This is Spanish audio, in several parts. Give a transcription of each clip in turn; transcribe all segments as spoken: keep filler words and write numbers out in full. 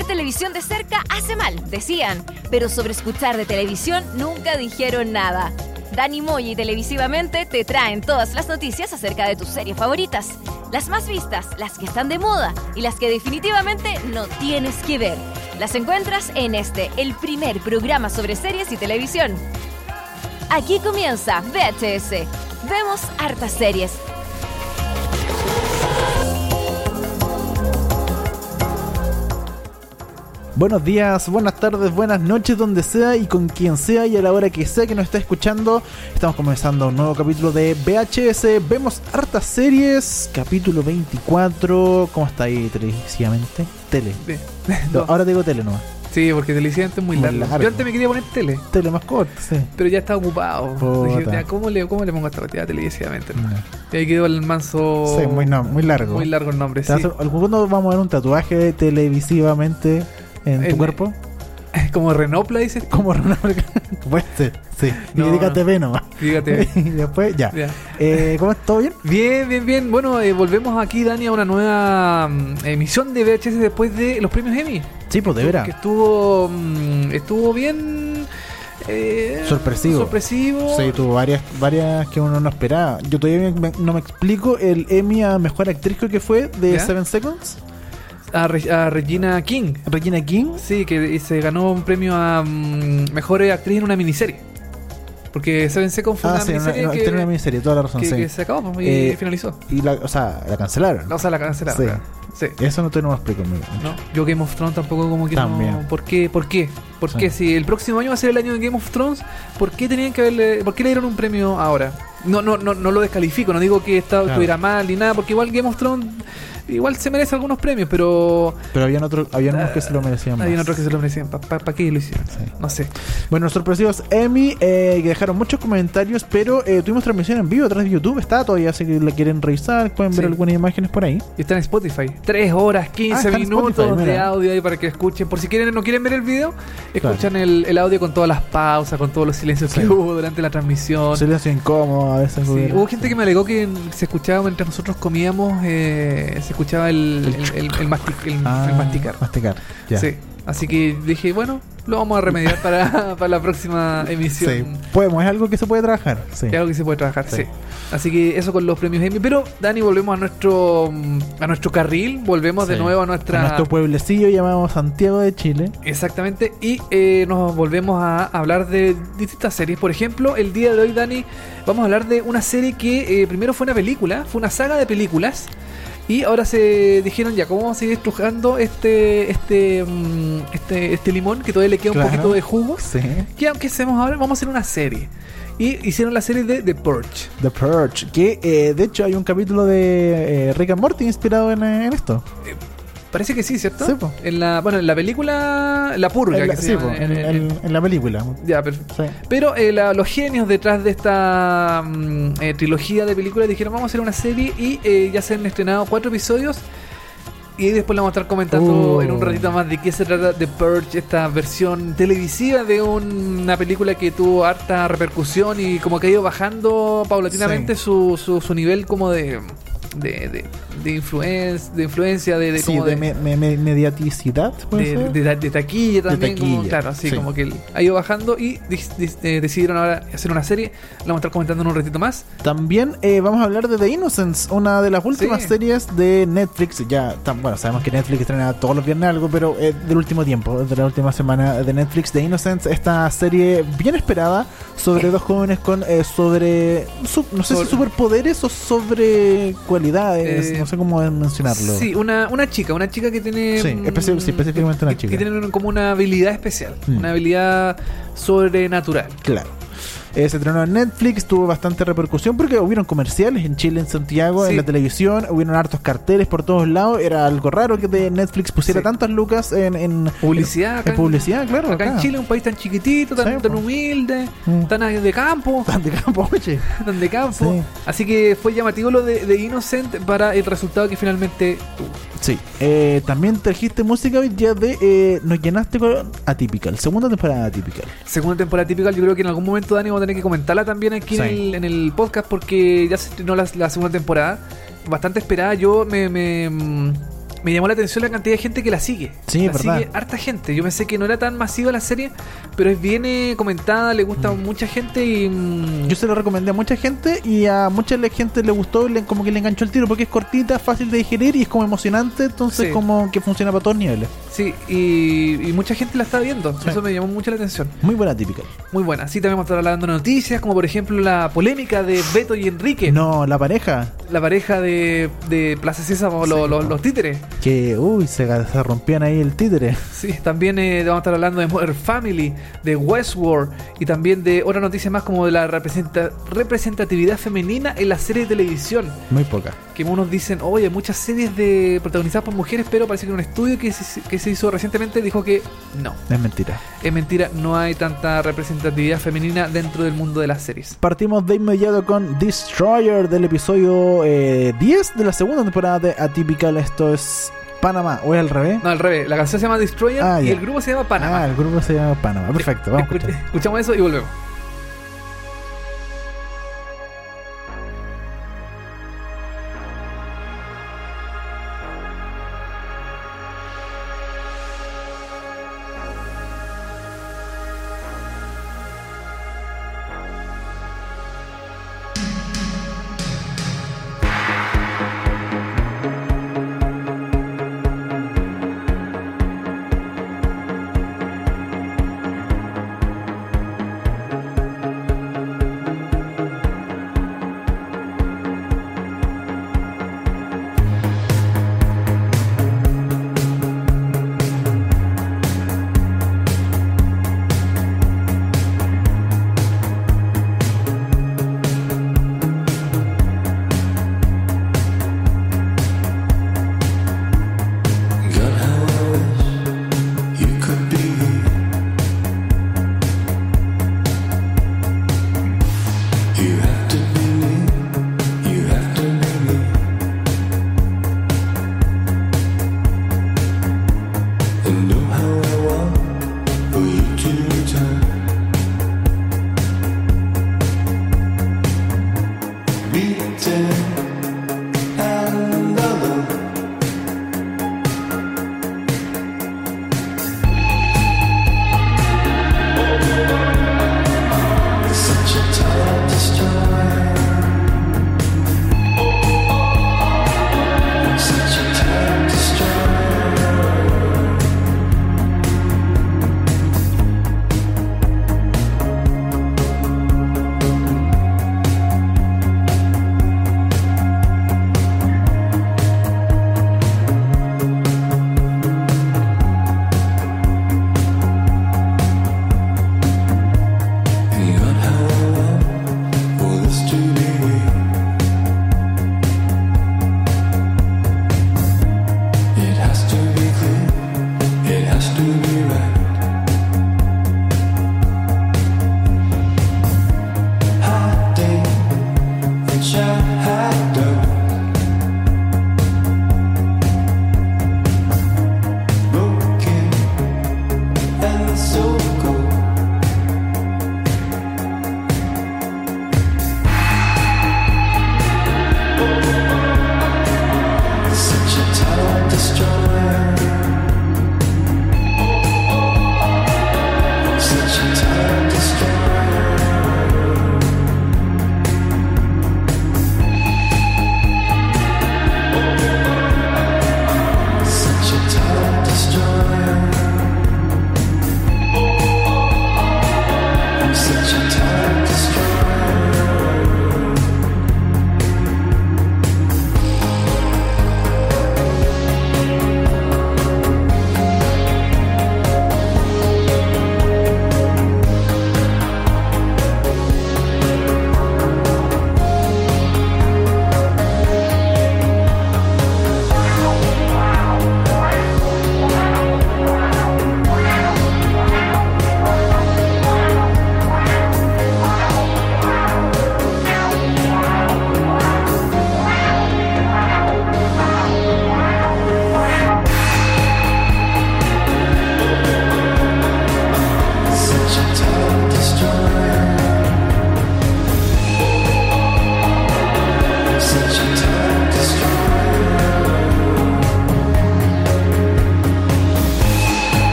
ver televisión de cerca hace mal, decían, pero sobre escuchar de televisión nunca dijeron nada. Dani Moy y Televisivamente te traen todas las noticias acerca de tus series favoritas. Las más vistas, las que están de moda y las que definitivamente no tienes que ver. Las encuentras en este, el primer programa sobre series y televisión. Aquí comienza V H S. Vemos hartas series. Buenos días, buenas tardes, buenas noches, donde sea y con quien sea y a la hora que sea que nos esté escuchando. Estamos comenzando un nuevo capítulo de V H S. Vemos hartas series, capítulo veinticuatro. ¿Cómo está ahí televisivamente? Tele. No, ahora te digo tele nomás. Sí, porque televisivamente es muy, muy largo. largo. Yo antes me quería poner tele. Tele más corto, sí. Pero ya estaba ocupado. Dije, ya, ¿cómo, le, ¿cómo le pongo esta partida televisivamente? No. Y ahí quedó el manso. Sí, muy, no, muy largo. Muy largo el nombre, sí. ¿Alguno vamos a ver un tatuaje de televisivamente en el, tu cuerpo? ¿Como Renopla, dices? Como Renopla. Puede ser, sí. No, y dígate B nomás. Dígate B. Y después, ya. ya. Eh, ¿Cómo está? ¿Todo bien? Bien, bien, bien. Bueno, eh, volvemos aquí, Dani, a una nueva um, emisión de V H S después de los premios Emmy. Sí, pues de veras. Que estuvo, um, estuvo bien... Eh, sorpresivo. Sorpresivo. Sí, tuvo varias, varias que uno no esperaba. Yo todavía me, no me explico el Emmy a Mejor Actriz que fue de ¿Ya? Seven Seconds. A, Re- a Regina King. Regina King. Sí, que se ganó un premio a um, Mejor Actriz en una miniserie. Porque Seven Seconds fue ah, una sí, miniserie una, que, una miniserie, toda la razón, que, sí. que se acabó y eh, finalizó. Y la, o sea, la cancelaron. O sea, la cancelaron. Sí. Claro. Sí. Eso no te no lo explico. Amigo. No, yo Game of Thrones tampoco como que También. no. ¿Por qué? ¿Por qué? ¿Por sí. qué? Si el próximo año va a ser el año de Game of Thrones, ¿por qué tenían que haberle, por qué le dieron un premio ahora? No, no, no, no lo descalifico, no digo que esta, claro. estuviera mal ni nada, porque igual Game of Thrones igual se merece algunos premios, pero pero habían otros, habían unos que se lo merecían más. Habían otros que se lo merecían. ¿Para pa, pa qué lo hicieron? Sí. No sé. Bueno, los sorpresivos Emmy eh, que dejaron muchos comentarios, pero eh, tuvimos transmisión en vivo a través de YouTube. Está todavía, así que la quieren revisar, pueden ver sí. algunas imágenes por ahí. Y está en Spotify. Tres horas, quince ah, minutos Spotify, de audio ahí para que escuchen. Por si quieren no quieren ver el video, escuchan claro. el, el audio con todas las pausas, con todos los silencios sí. que hubo durante la transmisión. Silencio incómodo a veces. Sí. Hubo gente que me alegó que se escuchaba mientras nosotros comíamos, eh, se escuchaba el El, el, el, mastic, el, ah, el masticar. Masticar, ya. Sí. Así que dije, bueno, lo vamos a remediar para, para la próxima emisión. Sí. Podemos, es algo que se puede trabajar. Sí. Es algo que se puede trabajar, sí. sí. Así que eso con los premios Emmy. Pero, Dani, volvemos a nuestro a nuestro carril. Volvemos sí. de nuevo a nuestra... A nuestro pueblecillo llamado Santiago de Chile. Exactamente. Y eh, nos volvemos a hablar de distintas series. Por ejemplo, el día de hoy, Dani, vamos a hablar de una serie que eh, primero fue una película. Fue una saga de películas. Y ahora se dijeron ya, ¿cómo vamos a seguir estrujando este este este este limón que todavía le queda un claro, poquito de jugo? Sí. Que aunque hacemos ahora, vamos a hacer una serie. Y hicieron la serie de The Purge. The Purge, que eh, de hecho hay un capítulo de eh, Rick and Morty inspirado en, en esto. Eh, Parece que sí, ¿cierto? Sí, po. En la, bueno, en la película La Purga, en la, que sí, se llama, po, en, en, en, en la película. Ya, perfecto. Sí. Pero eh, la, los genios detrás de esta um, eh, trilogía de películas dijeron, vamos a hacer una serie y eh, ya se han estrenado cuatro episodios. Y después le vamos a estar comentando uh. en un ratito más de qué se trata The Purge, esta versión televisiva de un, una película que tuvo harta repercusión y como que ha ido bajando paulatinamente sí. su, su, su nivel como de... De, de, de, influen- de influencia, de, de, sí, como de, de, me, me, me, mediaticidad, de, de, de, de taquilla también, de taquilla, como, claro, así sí. como que ha ido bajando y dis, dis, eh, decidieron ahora hacer una serie. La vamos a estar comentando en un ratito más. También eh, vamos a hablar de The Innocents, una de las últimas sí. series de Netflix. Ya, tam, bueno, sabemos que Netflix estrena todos los viernes algo, pero eh, del último tiempo, de la última semana de Netflix, The Innocents, esta serie bien esperada sobre dos jóvenes con eh, sobre, su, no sé sobre, si superpoderes o sobre cualidades, eh, no sé cómo mencionarlo. Sí, una, una chica, una chica que tiene... Sí, especi- sí específicamente una que, chica. Que tiene como una habilidad especial, mm. una habilidad sobrenatural. Claro. Eh, se estrenó en Netflix, tuvo bastante repercusión porque hubieron comerciales en Chile, en Santiago, sí. en la televisión, hubieron hartos carteles por todos lados. Era algo raro que de Netflix pusiera sí. tantas lucas en, en publicidad. En, acá en publicidad, claro. Acá, acá en Chile, un país tan chiquitito, tan, sí, tan humilde, mm. tan de campo. Tan de campo, oye. Tan de campo. Sí. Así que fue llamativo lo de, de Innocent para el resultado que finalmente tuvo. Sí. Eh, también trajiste música hoy día de... Eh, nos llenaste con Atypical. Segunda temporada de Atypical. Segunda temporada Atypical. Yo creo que en algún momento, Dani, vamos a tener que comentarla también aquí sí. en, el, en el podcast porque ya se estrenó la, la segunda temporada. Bastante esperada. Yo me... me me llamó la atención la cantidad de gente que la sigue. Sí, la verdad. sigue harta gente. Yo pensé que no era tan masiva la serie, pero es bien eh, comentada, le gusta a Mm. mucha gente y... mm, Yo se lo recomendé a mucha gente y a mucha le- gente le gustó y le- como que le enganchó el tiro porque es cortita, fácil de digerir y es como emocionante, entonces Sí. como que funciona para todos niveles. sí, y, y mucha gente la está viendo. Sí. Eso me llamó mucho la atención. Muy buena típica. Muy buena. Sí, también vamos a estar hablando de noticias, como por ejemplo la polémica de Beto y Enrique. No, la pareja La pareja de, de Plaza Sésamo, Sí. lo- lo- los títeres. que, uy, se, se rompían ahí el títere. Sí, también eh, vamos a estar hablando de Modern Family, de Westworld y también de otra noticia más como de la representa- representatividad femenina en la serie de televisión. Muy poca. Que unos dicen, oye, muchas series de protagonizadas por mujeres, pero parece que un estudio que se, que se hizo recientemente dijo que no, Es mentira. es mentira, no hay tanta representatividad femenina dentro del mundo de las series. Partimos de inmediato con Destroyer del episodio eh, diez de la segunda temporada de Atypical. Esto es Panamá, o es al revés. No, al revés, la canción se llama Destroyer Ah, y ya. el grupo se llama Panamá. Ah, el grupo se llama Panamá. Perfecto, vamos a Escuch- escuchar. escuchamos eso y volvemos.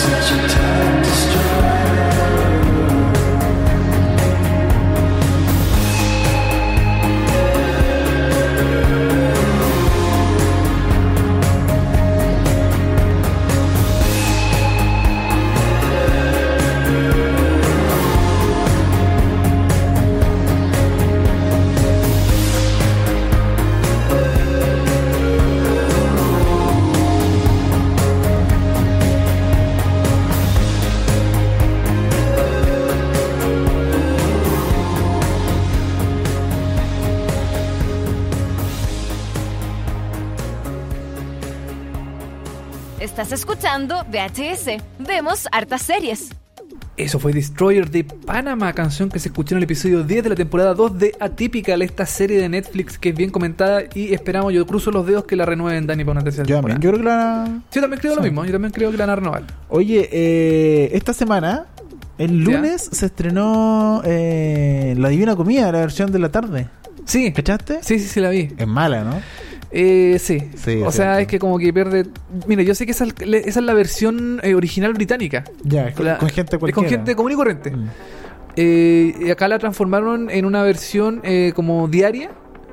Estás escuchando V H S. Vemos hartas series. Eso fue Destroyer de Panama, canción que se escuchó en el episodio diez de la temporada dos de Atypical, esta serie de Netflix que es bien comentada y esperamos, yo cruzo los dedos que la renueven, Dani, para una tercera Yo temporada. también, yo creo que la... Yo también creo Sí. lo mismo, yo también creo que la van a renovar. Oye, eh, esta semana, el lunes, se estrenó eh, La Divina Comida, la versión de la tarde. Sí, ¿Cachaste? sí, sí, sí la vi. Es mala, ¿no? Eh, sí. Sí, o es sea, cierto. es que como que pierde... Mira, yo sé que esa, es- esa es la versión eh, original británica. Ya, es con, La- con gente es cualquiera. con gente común y corriente. Mm. Eh, y acá la transformaron en una versión eh, como diaria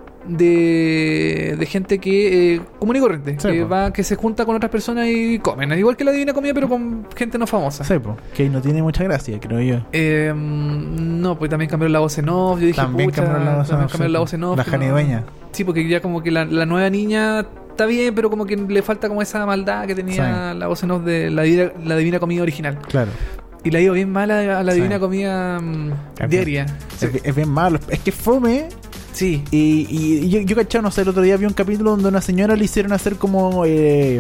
de, de gente que eh, común y corriente, Sí, que po. va, que se junta con otras personas y comen, igual que la Divina Comida, pero con gente no famosa. Sí, po, que no tiene mucha gracia, creo yo. Eh, no, pues también cambiaron la voz en off. Yo dije, También pucha, cambiaron la voz en también off, cambiaron sí, la po. voz en off. La que Jani no- Dueña. Sí, porque ya como que la, la nueva niña está bien, pero como que le falta como esa maldad que tenía Sí. la voz en off de la, Divina- la Divina Comida original. Claro. Y la ha ido bien mala a la Sí. Divina Comida mm, Es diaria. Sí. Es, bi- es bien malo. Es que fome. Sí. Y, y, y yo, yo cachado, no sé, el otro día vi un capítulo donde a una señora le hicieron hacer como... Eh,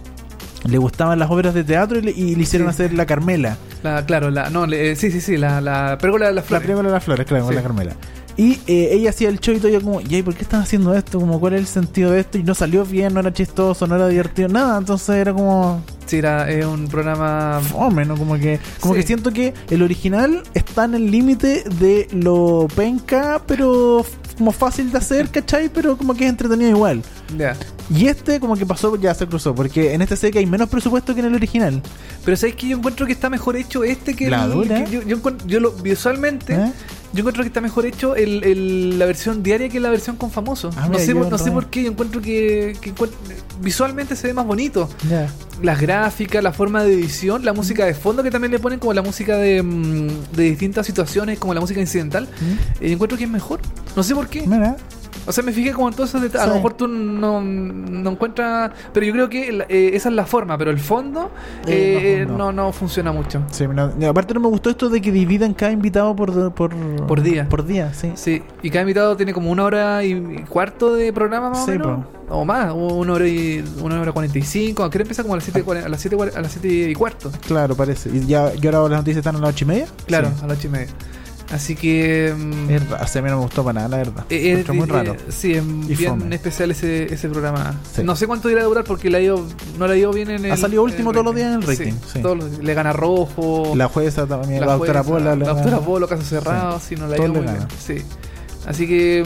le gustaban las obras de teatro y le, y le hicieron Sí. hacer la Carmela. La, claro, la, no, le- eh, sí, sí, sí, la, la pérgola de las La flores. primera de las flores, claro, con Sí. la Carmela. Y eh, ella hacía el show y todo, yo como, ¿y por qué están haciendo esto? Como, ¿cuál es el sentido de esto? Y no salió bien, no era chistoso, no era divertido, nada. Entonces era como Sí, era eh, un programa. fome, ¿no? Como que, como Sí. que siento que el original está en el límite de lo penca, pero f- como fácil de hacer, ¿cachai? Pero como que es entretenido igual. Ya. Y este como que pasó, ya se cruzó, porque en este sé que hay menos presupuesto que en el original. Pero sabes que yo encuentro que está mejor hecho este que La el. dura. que yo, yo, encuentro- yo lo, visualmente. ¿Eh? Yo encuentro que está mejor hecho el, el- la versión diaria que la versión con famosos. Ah, no mira, sé, yo por, no sé re- por qué. Yo encuentro que, que encuent- visualmente se ve más bonito. Ya. Las gráficas, la forma de edición, la música de fondo que también le ponen, como la música de, mm, de distintas situaciones, como la música incidental. ¿Mm? Eh, encuentro que es mejor. No sé por qué. Mira. O sea, me fijé como en todos esos detalles. A lo Sí. mejor tú no, no encuentras. Pero yo creo que la- eh, esa es la forma. Pero el fondo Eh, eh, no, no, no. no funciona mucho. Sí, no, y aparte no me gustó esto de que dividan cada invitado por por, Por día. Por día, sí. Sí, y cada invitado tiene como una hora y cuarto de programa más Sí, o menos. O más, o una hora y una hora cuarenta y cinco. Aunque empieza como a las siete, a las siete, a las siete y cuarto. Claro, parece. Y ya y ahora las noticias están a las ocho y media. Claro, Sí. a las ocho y media. Así que. mm, Es raro, o sea, a mí no me gustó para nada, la verdad. eh, Encuentro eh, muy raro. eh, sí, es Y bien fome. especial ese, ese programa. Sí. No sé cuánto irá a durar porque le ha ido, no le ha ido bien en el. Ha salido último en todos los días en el Sí, rating, sí. todos los días. Le gana Rojo. La jueza también, la, la doctora jueza, Pola. La doctora Polo, caso cerrado. Sí, no la ha Todos ido le muy bien. ganan. Sí. Así que.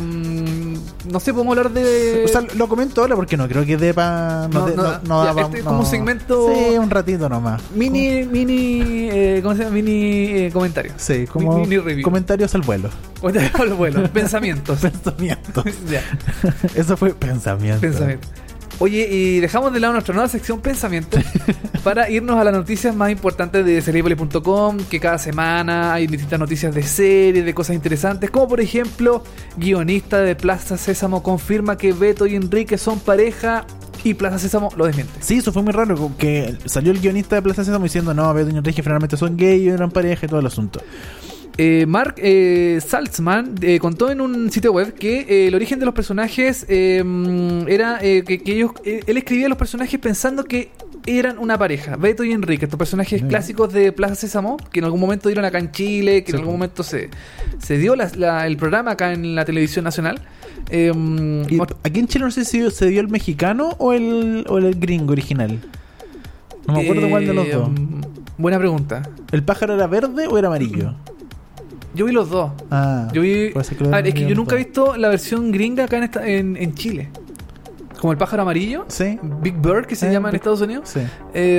mm, no sé, podemos hablar de. O sea, lo comento ahora porque no creo que dé para. No, No, de- no, no, no ya, da pa- este es no. como un segmento- Sí, un ratito nomás. Mini, mini, eh, ¿cómo se llama? Mini eh, comentarios. Sí, como Mini review. comentarios al vuelo. Comentarios al vuelo. Pensamientos. Pensamientos. Ya, Eso fue pensamiento. pensamiento. Oye, y dejamos de lado nuestra nueva sección Pensamiento para irnos a las noticias más importantes de Seriepoli punto com, que cada semana hay distintas noticias de series, de cosas interesantes, como por ejemplo, guionista de Plaza Sésamo confirma que Beto y Enrique son pareja y Plaza Sésamo lo desmiente. Sí, eso fue muy raro, que salió el guionista de Plaza Sésamo diciendo, no, Beto y Enrique finalmente son gay y eran pareja y todo el asunto. Eh, Mark eh, Saltzman eh, contó en un sitio web que eh, el origen de los personajes eh, era eh, que, que ellos eh, él escribía los personajes pensando que eran una pareja, Beto y Enrique, estos personajes Mira. clásicos clásicos de Plaza Sésamo, que en algún momento dieron acá en Chile, que Sí, en algún po. momento se, se dio la- la- el programa acá en la televisión nacional. Eh, Y mot- aquí en Chile no sé si se dio el mexicano o el, o el gringo original. No me acuerdo eh, cuál de los dos. Buena pregunta. ¿El pájaro era verde o era amarillo? Yo vi los dos. Ah, Yo vi. puede ser que lo A ver, es que hayan yo nunca he visto. visto la versión gringa acá en, esta, en, en Chile. como el pájaro amarillo, Sí. Big Bird, que se Eh, llama en Big- Estados Unidos. Sí.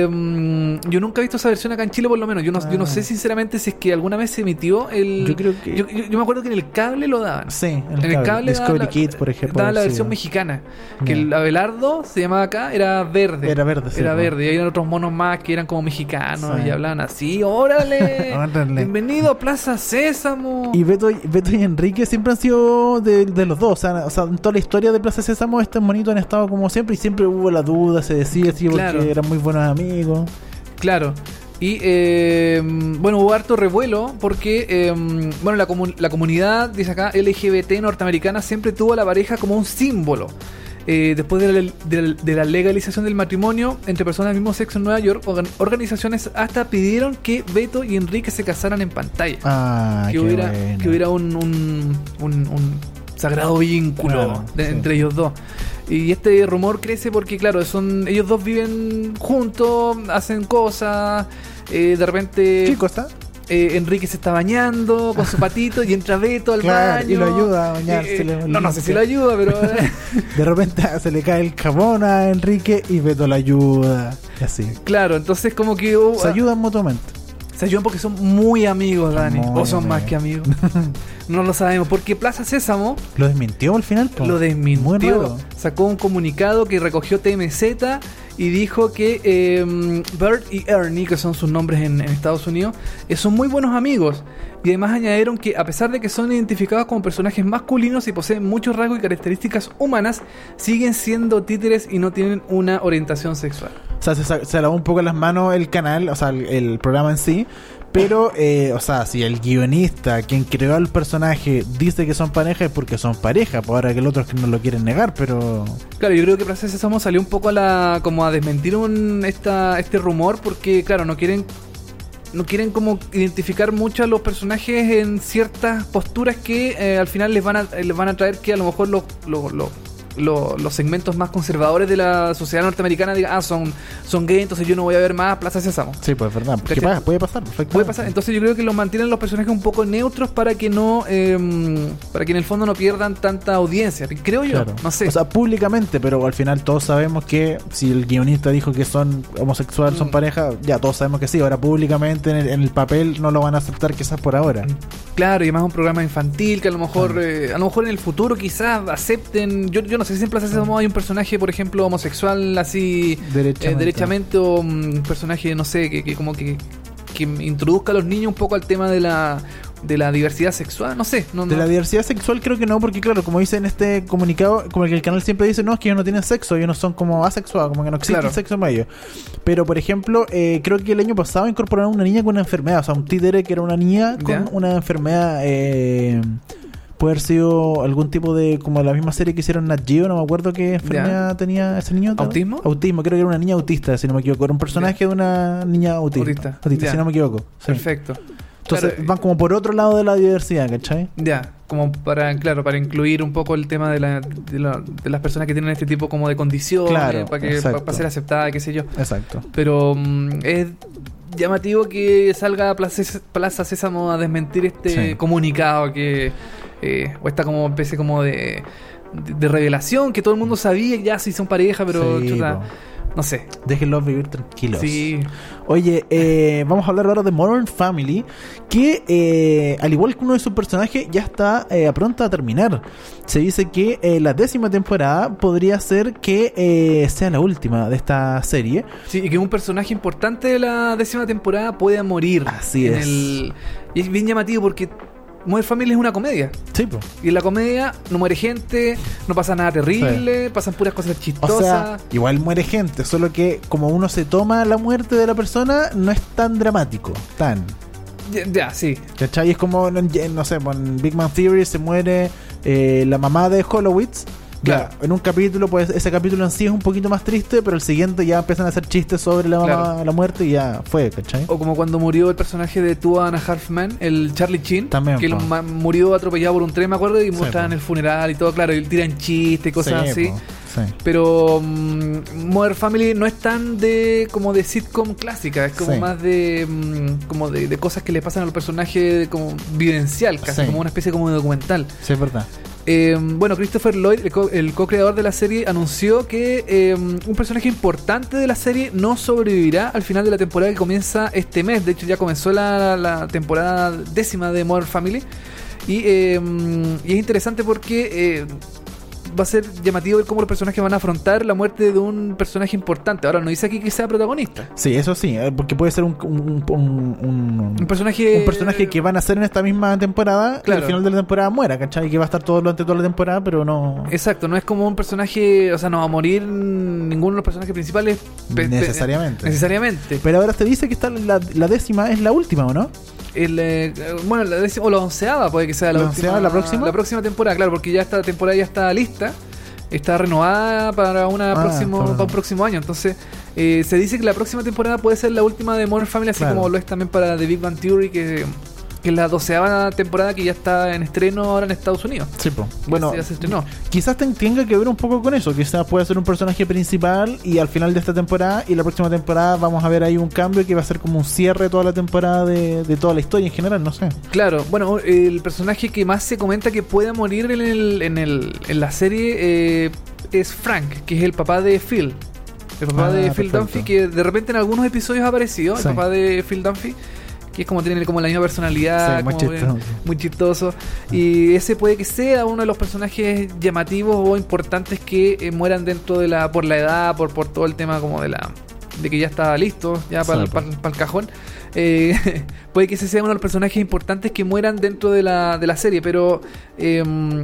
Eh, yo nunca he visto esa versión acá en Chile, por lo menos. Yo no, Ah. yo no sé sinceramente si es que alguna vez se emitió el. Yo creo que- Yo, yo- yo me acuerdo que en el cable lo daban. Sí, En el cable Discovery daban la, Kids, por ejemplo. daban la sí. versión mexicana. Que Ya. el Abelardo se llamaba acá, era verde. Era verde, sí, Era po. verde. Y había otros monos más que eran como mexicanos Sí. y hablaban así. ¡Órale! Órale. Bienvenido a Plaza Sésamo. Y Beto, y Beto y Enrique siempre han sido de, de los dos. O sea, o sea, en toda la historia de Plaza Sésamo, estos monitos han estado como siempre. Y siempre hubo la duda, se decía así, Claro. porque eran muy buenos amigos. Claro. Y eh, bueno, hubo harto revuelo porque eh, bueno, la, comu- la comunidad, dice acá, L G B T norteamericana siempre tuvo a la pareja como un símbolo. Eh, después de la, de, la, de la legalización del matrimonio entre personas del mismo sexo en Nueva York, organ- organizaciones hasta pidieron que Beto y Enrique se casaran en pantalla. Ah, que, qué hubiera, bueno. que hubiera un, un, un, un sagrado vínculo Claro, de- sí. entre ellos dos. Y este rumor crece porque, claro, son ellos dos viven juntos, hacen cosas, eh, de repente Chico está. eh, Enrique se está bañando con su patito y entra Beto al Claro, baño. y lo ayuda a bañarse, Eh, le- no, no sé si lo ayuda, pero... eh, De repente se le cae el jabón a Enrique y Beto la ayuda. Y así. claro, entonces como que... uh, Se ayudan mutuamente. Se ayudan porque son muy amigos, Dani. Muy O son más amigos. que amigos. No lo sabemos. Porque Plaza Sésamo Lo desmintió al final. po. lo Muy desmintió. raro. Sacó un comunicado que recogió T M Z y dijo que eh, Bert y Ernie, que son sus nombres en, en Estados Unidos, eh, son muy buenos amigos. Y además añadieron que a pesar de que son identificados como personajes masculinos y poseen muchos rasgos y características humanas, siguen siendo títeres y no tienen una orientación sexual. O sea, se, sa- se lavó un poco las manos el canal, o sea, el, el programa en sí. Pero, eh, o sea, si el guionista, quien creó el personaje, dice que son pareja, es porque son pareja. Pues ahora que el otro es que no lo quieren negar, pero... Claro, yo creo que Plaza Sésamo salió un poco a la como a desmentir un, esta, este rumor porque, claro, no quieren no quieren como identificar mucho a los personajes en ciertas posturas que eh, al final les van a les van a traer que a lo mejor los los los lo- los segmentos más conservadores de la sociedad norteamericana digan, ah, son, son gay, entonces yo no voy a ver más Plaza Sésamo. Sí, pues es verdad. Porque ¿Cachai? pasa, puede pasar, perfecto. Puede pasar, entonces yo creo que los mantienen los personajes un poco neutros para que no eh, para que en el fondo no pierdan tanta audiencia, creo yo, Claro. no sé. O sea, públicamente, pero al final todos sabemos que si el guionista dijo que son homosexuales, son Mm. pareja, ya todos sabemos que sí. Ahora públicamente en el, en el papel no lo van a aceptar quizás por ahora. Claro, y además un programa infantil que a lo mejor eh, a lo mejor en el futuro quizás acepten, yo, yo no sé si en Plaza Sésamo hay un personaje, por ejemplo, homosexual así Derechamente. eh, derechamente o un personaje, no sé, que, que como que, que introduzca a los niños un poco al tema de la de la diversidad sexual, no sé, no, De no. la diversidad sexual creo que no, porque claro, como dice en este comunicado, como que el canal siempre dice, no, es que ellos no tienen sexo, ellos no son como asexuados, como que no existe Claro. el sexo en ellos. Pero, por ejemplo, eh, creo que el año pasado incorporaron una niña con una enfermedad, o sea, un títere que era una niña con ¿Ya? una enfermedad, eh, puede haber sido algún tipo de, como la misma serie que hicieron Nat Geo, no me acuerdo qué enfermedad tenía ese niño. ¿no? ¿Autismo? Autismo, creo que era una niña autista, si no me equivoco, era un personaje de una niña autista, Autista. autista Ya. si no me equivoco. Sí. Perfecto. Entonces Claro, van como por otro lado de la diversidad, ¿cachai? Ya, como para, claro, para incluir un poco el tema de, la, de, la- de las personas que tienen este tipo como de condiciones, Claro, para que exacto. para ser aceptada, qué sé yo. Exacto. Pero mm, es llamativo que salga Plaza, Plaza Sésamo a desmentir este Sí. comunicado que eh, o esta como especie como de, de, de revelación que todo el mundo sabía ya si son pareja, pero Sí, chuta, po. no sé. Déjenlos vivir tranquilos. Sí, Oye, eh, vamos a hablar ahora de Modern Family, que eh, al igual que uno de sus personajes ya está eh, pronto a terminar. Se dice que eh, la décima temporada podría ser que eh, sea la última de esta serie. sí, y que un personaje importante de la décima temporada pueda morir. Así en es. el- y es bien llamativo porque Modern Family es una comedia. Sí, po. Y en la comedia no muere gente, no pasa nada terrible, pasan puras cosas O chistosas. sea, igual muere gente, solo que como uno se toma la muerte de la persona, no es tan dramático, tan. ya, ya, sí. ¿Cachai? Es como, en- en- no sé, en Big Man Theory se muere eh, la mamá de Horowitz. Claro. Ya, en un capítulo, pues ese capítulo en sí es un poquito más triste, pero el siguiente ya empiezan a hacer chistes sobre la mamá, Claro. la muerte y ya fue, ¿cachai? O como cuando murió el personaje de Two and a Half Men, el Charlie Sheen, También, que él po. ma- murió atropellado por un tren, me acuerdo, y Sí, muestran po. el funeral y todo, claro, y tiran chistes, cosas Sí, así. po, sí. Pero mm, Modern Family no es tan de como de sitcom clásica, es como Sí. más de mm, como de, de cosas que le pasan a los personajes como vivencial, casi Sí. como una especie como de documental. Sí, es verdad. Eh, bueno, Christopher Lloyd, el, co- el co-creador de la serie, anunció que eh, un personaje importante de la serie no sobrevivirá al final de la temporada que comienza este mes. De hecho, ya comenzó la, la temporada décima de Modern Family. Y, eh, y es interesante porque eh, va a ser llamativo ver cómo los personajes van a afrontar la muerte de un personaje importante. Ahora, no dice aquí que sea protagonista. Sí, eso sí, eh, porque puede ser un, un, un, un, Un personaje... un personaje que van a hacer en esta misma temporada, Claro. y al final de la temporada muera, ¿cachai? Que va a estar todo durante toda la temporada, pero no Exacto, no es como un personaje, o sea, no va a morir ninguno de los personajes principales pe- pe- necesariamente. necesariamente. Pero ahora te dice que está la, la décima, es la última, ¿o no? El, eh, bueno, la décima, o la onceava puede que sea la, ¿La última, onceava, la próxima? La próxima temporada, claro, porque ya esta temporada ya está lista, está renovada para, una Ah, próximo, está bueno. para un próximo año. Entonces, eh, se dice que la próxima temporada puede ser la última de Modern Family, así Claro. como lo es también para The Big Bang Theory, que, que es la doceava temporada que ya está en estreno ahora en Estados Unidos. Sí, pues. Bueno, Bueno, ya se estrenó. quizás te- tenga que ver un poco con eso. Quizás pueda ser un personaje principal y al final de esta temporada y la próxima temporada vamos a ver ahí un cambio que va a ser como un cierre de toda la temporada de, de toda la historia en general, no sé. Claro, bueno, el personaje que más se comenta que pueda morir en, el, en, el, en la serie eh, es Frank, que es el papá de Phil. El papá Ah, de Phil perfecto. Dunphy, que de repente en algunos episodios ha aparecido. Sí. El papá de Phil Dunphy, que es como tiene como la misma personalidad, Sí, muy como chistoso. bien- muy chistoso. Y ese puede que sea uno de los personajes llamativos o importantes que eh, mueran dentro de la, por la edad, por, por todo el tema como de la de que ya está listo, ya para Sí, el cajón. Eh, puede que ese sea uno de los personajes importantes que mueran dentro de la, de la serie, pero eh,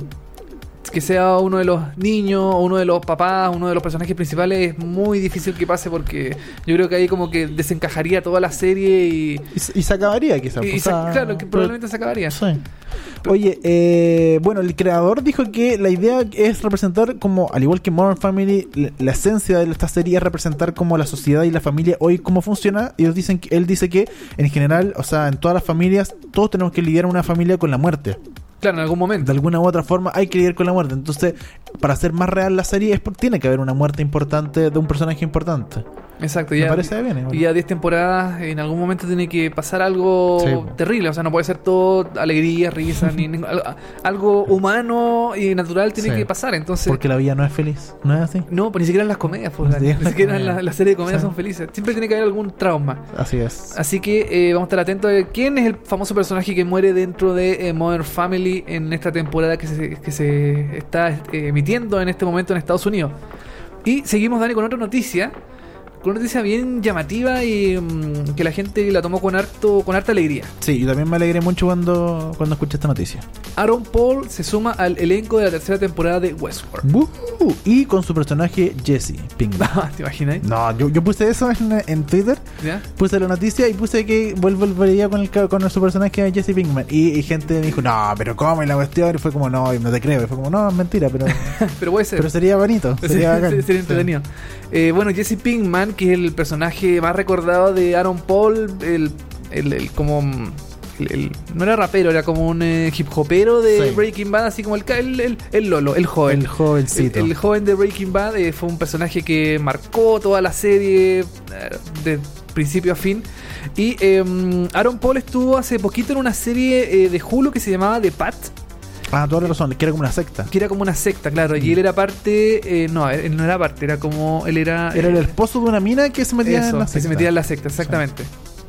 que sea uno de los niños, o uno de los papás, uno de los personajes principales, es muy difícil que pase, porque yo creo que ahí como que desencajaría toda la serie y, Y, se- y se acabaría quizás. y pues, se- o sea, claro, que probablemente se acabaría. Sí. Oye, eh, bueno, el creador dijo que la idea es representar como, al igual que Modern Family, la, la esencia de esta serie es representar como la sociedad y la familia hoy cómo funciona. Ellos dicen que, él dice que en general, o sea, en todas las familias, todos tenemos que lidiar una familia con la muerte. Claro, en algún momento. De alguna u otra forma hay que lidiar con la muerte. Entonces, para hacer más real la serie, es por- tiene que haber una muerte importante de un personaje importante. Exacto, Me ya, parece bien, igual. y ya diez temporadas, en algún momento tiene que pasar algo Sí, po. terrible, o sea, no puede ser todo alegría, risa, ni, ni- algo, algo humano y natural tiene Sí. que pasar, entonces... Porque la vida no es feliz, ¿no es así? No, pues ni siquiera en las comedias, pues, Ni Dani, siquiera ni en siquiera las en la, comedias. la serie de comedias Sí. son felices, siempre tiene que haber algún trauma. Así es. Así que eh, vamos a estar atentos a quién es el famoso personaje que muere dentro de eh, Modern Family en esta temporada que se, que se está eh, emitiendo en este momento en Estados Unidos. Y seguimos, Dani, con otra noticia. Con una noticia bien llamativa y mm, que la gente la tomó con harto con harta alegría. Sí, yo también me alegré mucho cuando, cuando escuché esta noticia. Aaron Paul se suma al elenco de la tercera temporada de Westworld. ¡Woohoo! Y con su personaje Jesse Pinkman. ¿Te imaginas? No, yo, yo puse eso en, en Twitter. ¿Ya? Puse la noticia y puse que vuelve volvería con, el, ca- con su personaje Jesse Pinkman. Y, y gente me dijo, no, pero ¿cómo? Y la cuestión. Y fue como, no, y no te creo. Y fue como, no, es mentira, pero, Pero puede ser. pero sería bonito. Sería Sería, bacán. sería- sería entretenido. Eh, bueno, Jesse Pinkman, que es el personaje más recordado de Aaron Paul, el, el, el como... el- el- no era rapero, era como un eh, hip hopero de Sí. Breaking Bad, así como el, ca- el, el, el Lolo, el joven. El jovencito. El, el joven de Breaking Bad eh, fue un personaje que marcó toda la serie eh, de principio a fin. Y eh, Aaron Paul estuvo hace poquito en una serie eh, de Hulu que se llamaba The Pat, Ah, toda la razón, que era como una secta. que era como una secta, claro, y él era parte, eh, no, él no era parte, era como, él era... Era el eh, esposo de una mina que se metía eso, en la que secta. se metía en la secta, exactamente.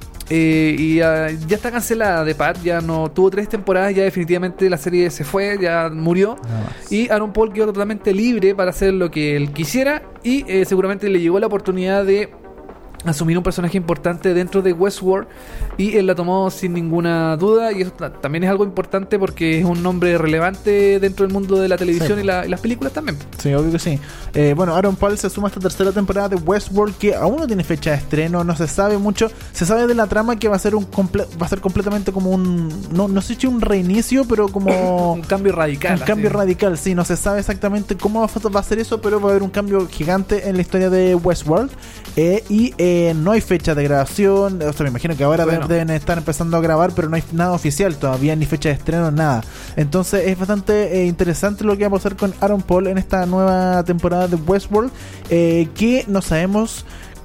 Eh, y ah, ya está cancelada de Pat, ya no tuvo tres temporadas, ya definitivamente la serie se fue, ya murió. Nada más. Y Aaron Paul quedó totalmente libre para hacer lo que él quisiera y eh, seguramente le llegó la oportunidad de asumir un personaje importante dentro de Westworld y él la tomó sin ninguna duda, y eso ta- también es algo importante porque es un nombre relevante dentro del mundo de la televisión Sí. y, la- y las películas también. Sí, obvio que sí. Eh, bueno, Aaron Paul se suma a esta tercera temporada de Westworld, que aún no tiene fecha de estreno, no se sabe mucho. Se sabe de la trama que va a ser un comple- va a ser completamente como un, no, no sé si un reinicio, pero como Un cambio radical. un cambio así. radical. Sí, no se sabe exactamente cómo va a, va a ser eso, pero va a haber un cambio gigante en la historia de Westworld. Eh, y eh, no hay fecha de grabación. O sea, me imagino que ahora Bueno. deben estar empezando a grabar, pero no hay nada oficial todavía, ni fecha de estreno, nada. Entonces es bastante eh, interesante lo que va a pasar con Aaron Paul en esta nueva temporada de Westworld, eh, que no sabemos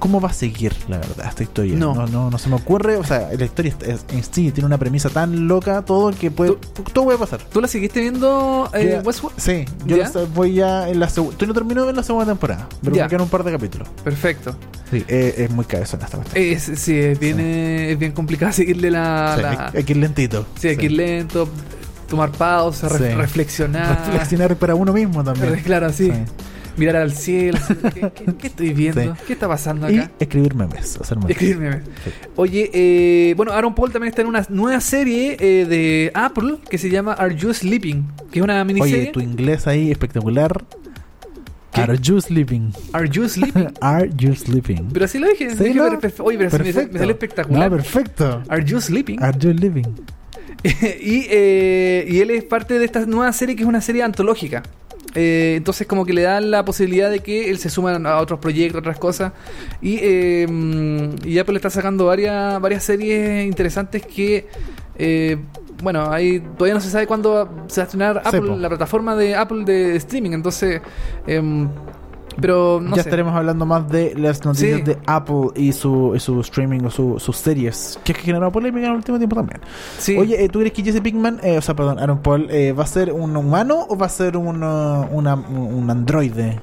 cómo va a seguir, la verdad, esta historia. No. No, no, no se me ocurre. O sea, la historia es, en sí tiene una premisa tan loca, todo que puede, ¿Tú, todo puede pasar. ¿Tú la seguiste viendo eh, Ya, Westworld? Sí, yo ¿Ya? la- voy ya en la segunda. Tú no termino de ver la segunda temporada, pero Ya. me quedan un par de capítulos. Perfecto. Sí, eh, es muy cabezona esta cuestión. Es, sí, es bien, Sí. eh, es bien complicado seguirle la... Sí, la- hay, hay que ir lentito. sí, hay que ir lento, tomar pausa, re- Sí. reflexionar. Reflexionar para uno mismo también. Claro, sí. Sí. Mirar al cielo. ¿Qué, qué- qué estoy viendo? Sí. ¿Qué está pasando Y acá? escribir memes, hacer memes. Escribir memes. Sí. Oye, eh, bueno, Aaron Paul también está en una nueva serie eh, de Apple que se llama Are You Sleeping? Que es una miniserie. Oye, tu inglés ahí espectacular. ¿Qué? Are you sleeping? Are You Sleeping? Are you sleeping? Pero así lo dije. Sí, dije no, pero perfe- Oye, pero se me, perfecto. me salió espectacular. No, perfecto. Are You Sleeping? Are you living? y, eh, y él es parte de esta nueva serie que es una serie antológica. Eh, entonces como que le dan la posibilidad de que él se suma a otros proyectos, otras cosas. Y, eh, mm, y Apple está sacando varias, varias series interesantes que... Eh, bueno, ahí todavía no se sabe cuándo se va a estrenar Apple, po. la plataforma de Apple de streaming. Entonces... em, pero no ya sé. estaremos hablando más de las noticias Sí. de Apple y su, y su streaming o su, sus series, que es que generó polémica en el último tiempo también. Sí. Oye, eh, ¿tú crees que Jesse Pinkman, eh, o sea, perdón, Aaron Paul, eh, va a ser un humano o va a ser un, uh, una, un androide?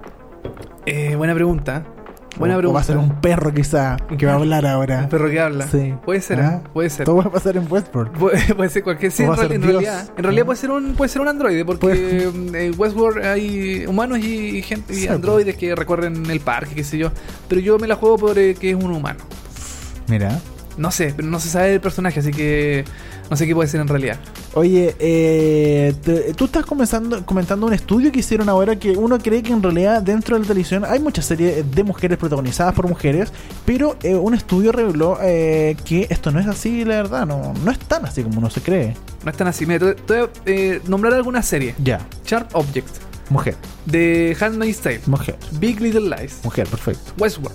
Eh, buena pregunta. Buena o, pregunta. o va a ser un perro quizá, que va a hablar ahora. Un perro que habla. Sí. Puede ser, Ah, ¿eh? puede ser. Todo va a pasar en Westworld. Puede, puede ser cualquier sí, O en, va a real- ser en Dios. realidad en realidad Ah. puede ser un puede ser un androide porque Puede. en Westworld hay humanos y gente y Sí, androides que recorren el parque, qué sé yo, pero yo me la juego por eh, que es un humano. Mira. No sé, pero no se sabe del personaje, así que no sé qué puede ser en realidad. Oye, eh, te- tú estás comenzando, comentando un estudio que hicieron ahora que uno cree que en realidad dentro de la televisión hay muchas series de mujeres protagonizadas por mujeres, pero eh, un estudio reveló eh, que esto no es así, la verdad, no, no es tan así como uno se cree. No es tan así. Mira, te, te voy a eh, nombrar algunas series. Ya, Sharp Objects, mujer, The Handmaid's Tale, mujer, Big Little Lies, mujer, perfecto. Westworld.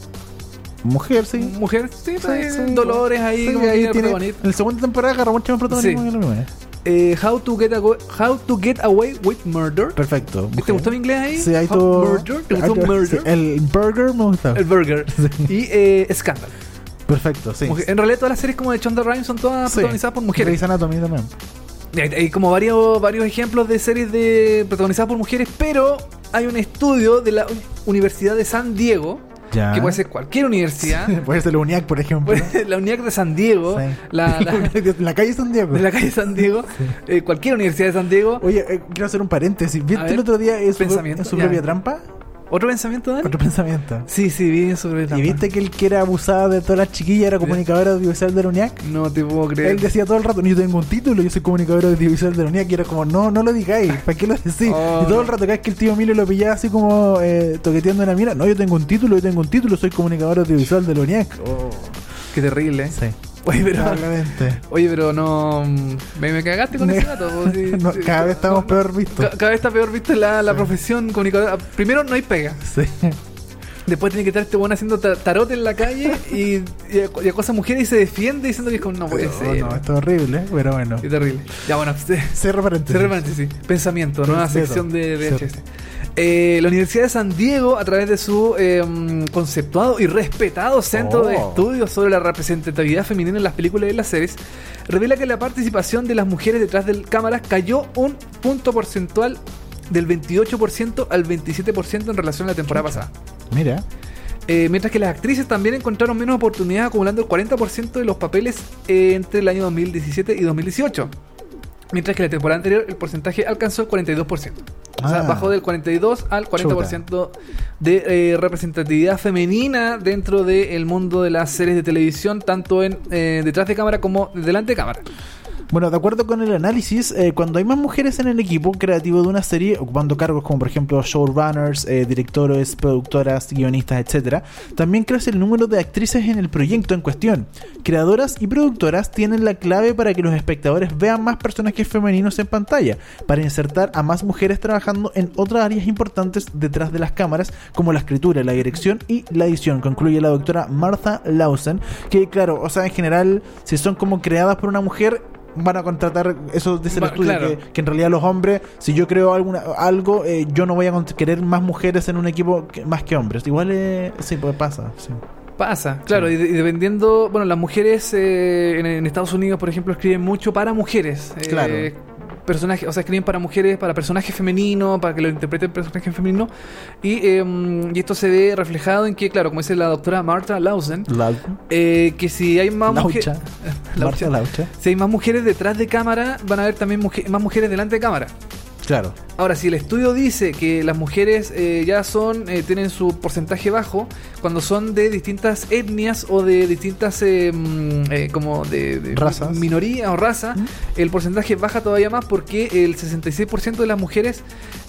Mujer, sí. Mujer, sí, Sí, pues, sí. Dolores ahí, Sí, como ahí que tiene, protagonista. en la segunda temporada agarra mucho más protagonismo Sí. que la primera. Eh, How to Get Away, How to Get Away with Murder. Perfecto. ¿Te mujer. gustó mi inglés ahí? Sí, ahí How- todo. Murder. ¿Te gustó ahí todo- Murder? sí, el burger me gustó. El Burger. Y eh, Scandal. Perfecto, sí. Mujer- En realidad todas las series como de Shonda Rhimes son todas Sí. protagonizadas por mujeres. Grey's Anatomy también. Y Hay, hay como varios, varios ejemplos de series de protagonizadas por mujeres, pero hay un estudio de la Universidad de San Diego, Ya. que puede ser cualquier universidad, Puede ser la UNIAC, por ejemplo. puede ser la UNIAC de San Diego, Sí. la, la- la calle San Diego. de la calle San Diego, eh, cualquier universidad de San Diego. Oye, eh, quiero hacer un paréntesis. ¿Viste ver, el otro día en su, pensamiento, en su ya. propia trampa? ¿Otro pensamiento, Dani? Otro pensamiento. Sí, sí, vi sobre ¿Y viste que el que era abusado de todas las chiquillas era comunicador audiovisual de la UNIAC? No te puedo creer. Él decía todo el rato, yo tengo un título, yo soy comunicador audiovisual de la UNIAC. Y era como, no, no lo digáis, ¿para qué lo decís? Oh, y todo no. el rato, cada vez que el tío Emilio lo pillaba así como eh, toqueteando una mina, no, yo tengo un título, yo tengo un título, soy comunicador audiovisual de la UNIAC. Oh. Qué terrible, ¿eh? Sí. Oye, pero, Probablemente. oye, pero no. Me, me cagaste con ese dato. po, sí, No, sí. cada vez estamos No, peor vistos. ca- cada vez está peor visto la, la Sí. profesión comunicadora. Primero, no hay pega. Sí. Después tiene que estar este bueno haciendo ta- tarot en la calle y, y, ac- y acosa a mujeres y se defiende diciendo que es como, no puede Oh, ser. no, esto es horrible, pero bueno. Qué terrible. Ya, bueno, Cierro paréntesis. Cierre paréntesis. Pensamiento, nueva Cierro. sección de V H S. Cierro. Eh, la Universidad de San Diego, a través de su eh, conceptuado y respetado Centro Oh. de Estudios sobre la Representatividad Femenina en las películas y en las series, revela que la participación de las mujeres detrás de cámaras cayó un punto porcentual del veintiocho por ciento al veintisiete por ciento en relación a la temporada pasada. Mira. Eh, mientras que las actrices también encontraron menos oportunidades, acumulando el cuarenta por ciento de los papeles eh, entre el año dos mil diecisiete y dos mil dieciocho. Mientras que la temporada anterior el porcentaje alcanzó el cuarenta y dos por ciento. O sea, Ah. bajó del cuarenta y dos al cuarenta por ciento de eh, representatividad femenina dentro del mundo de las series de televisión, tanto en eh, detrás de cámara como delante de cámara. Bueno, de acuerdo con el análisis, eh, cuando hay más mujeres en el equipo creativo de una serie, ocupando cargos como por ejemplo showrunners, eh, directores, productoras, guionistas, etcétera, también crece el número de actrices en el proyecto en cuestión. Creadoras y productoras tienen la clave para que los espectadores vean más personajes femeninos en pantalla, para insertar a más mujeres trabajando en otras áreas importantes detrás de las cámaras, como la escritura, la dirección y la edición, concluye la doctora Martha Lawson, que claro, o sea, en general, si son como creadas por una mujer, van a contratar, eso dice el Va, estudio, claro. que, que en realidad los hombres, si yo creo alguna, algo, eh, yo no voy a con- querer más mujeres en un equipo que, más que hombres. Igual, eh, sí, pues pasa, sí. Pasa, claro, Sí. y, de- y dependiendo, bueno, las mujeres eh, en, en Estados Unidos, por ejemplo, escriben mucho para mujeres. eh, Claro. Personajes, o sea, escriben para mujeres, para personajes femeninos, para que lo interpreten personajes femeninos. Y, eh, y esto se ve reflejado en que, claro, como dice la doctora Martha Lawson, La, eh, que si hay más mujeres. Laucha. Marta Laucha. Si hay más mujeres detrás de cámara, van a haber también muje- más mujeres delante de cámara. Claro. Ahora, si el estudio dice que las mujeres eh, ya son, eh, tienen su porcentaje bajo, cuando son de distintas etnias o de distintas eh, mm, eh, como de, de Razas. minorías o raza, ¿Mm? el porcentaje baja todavía más porque el sesenta y seis por ciento de las mujeres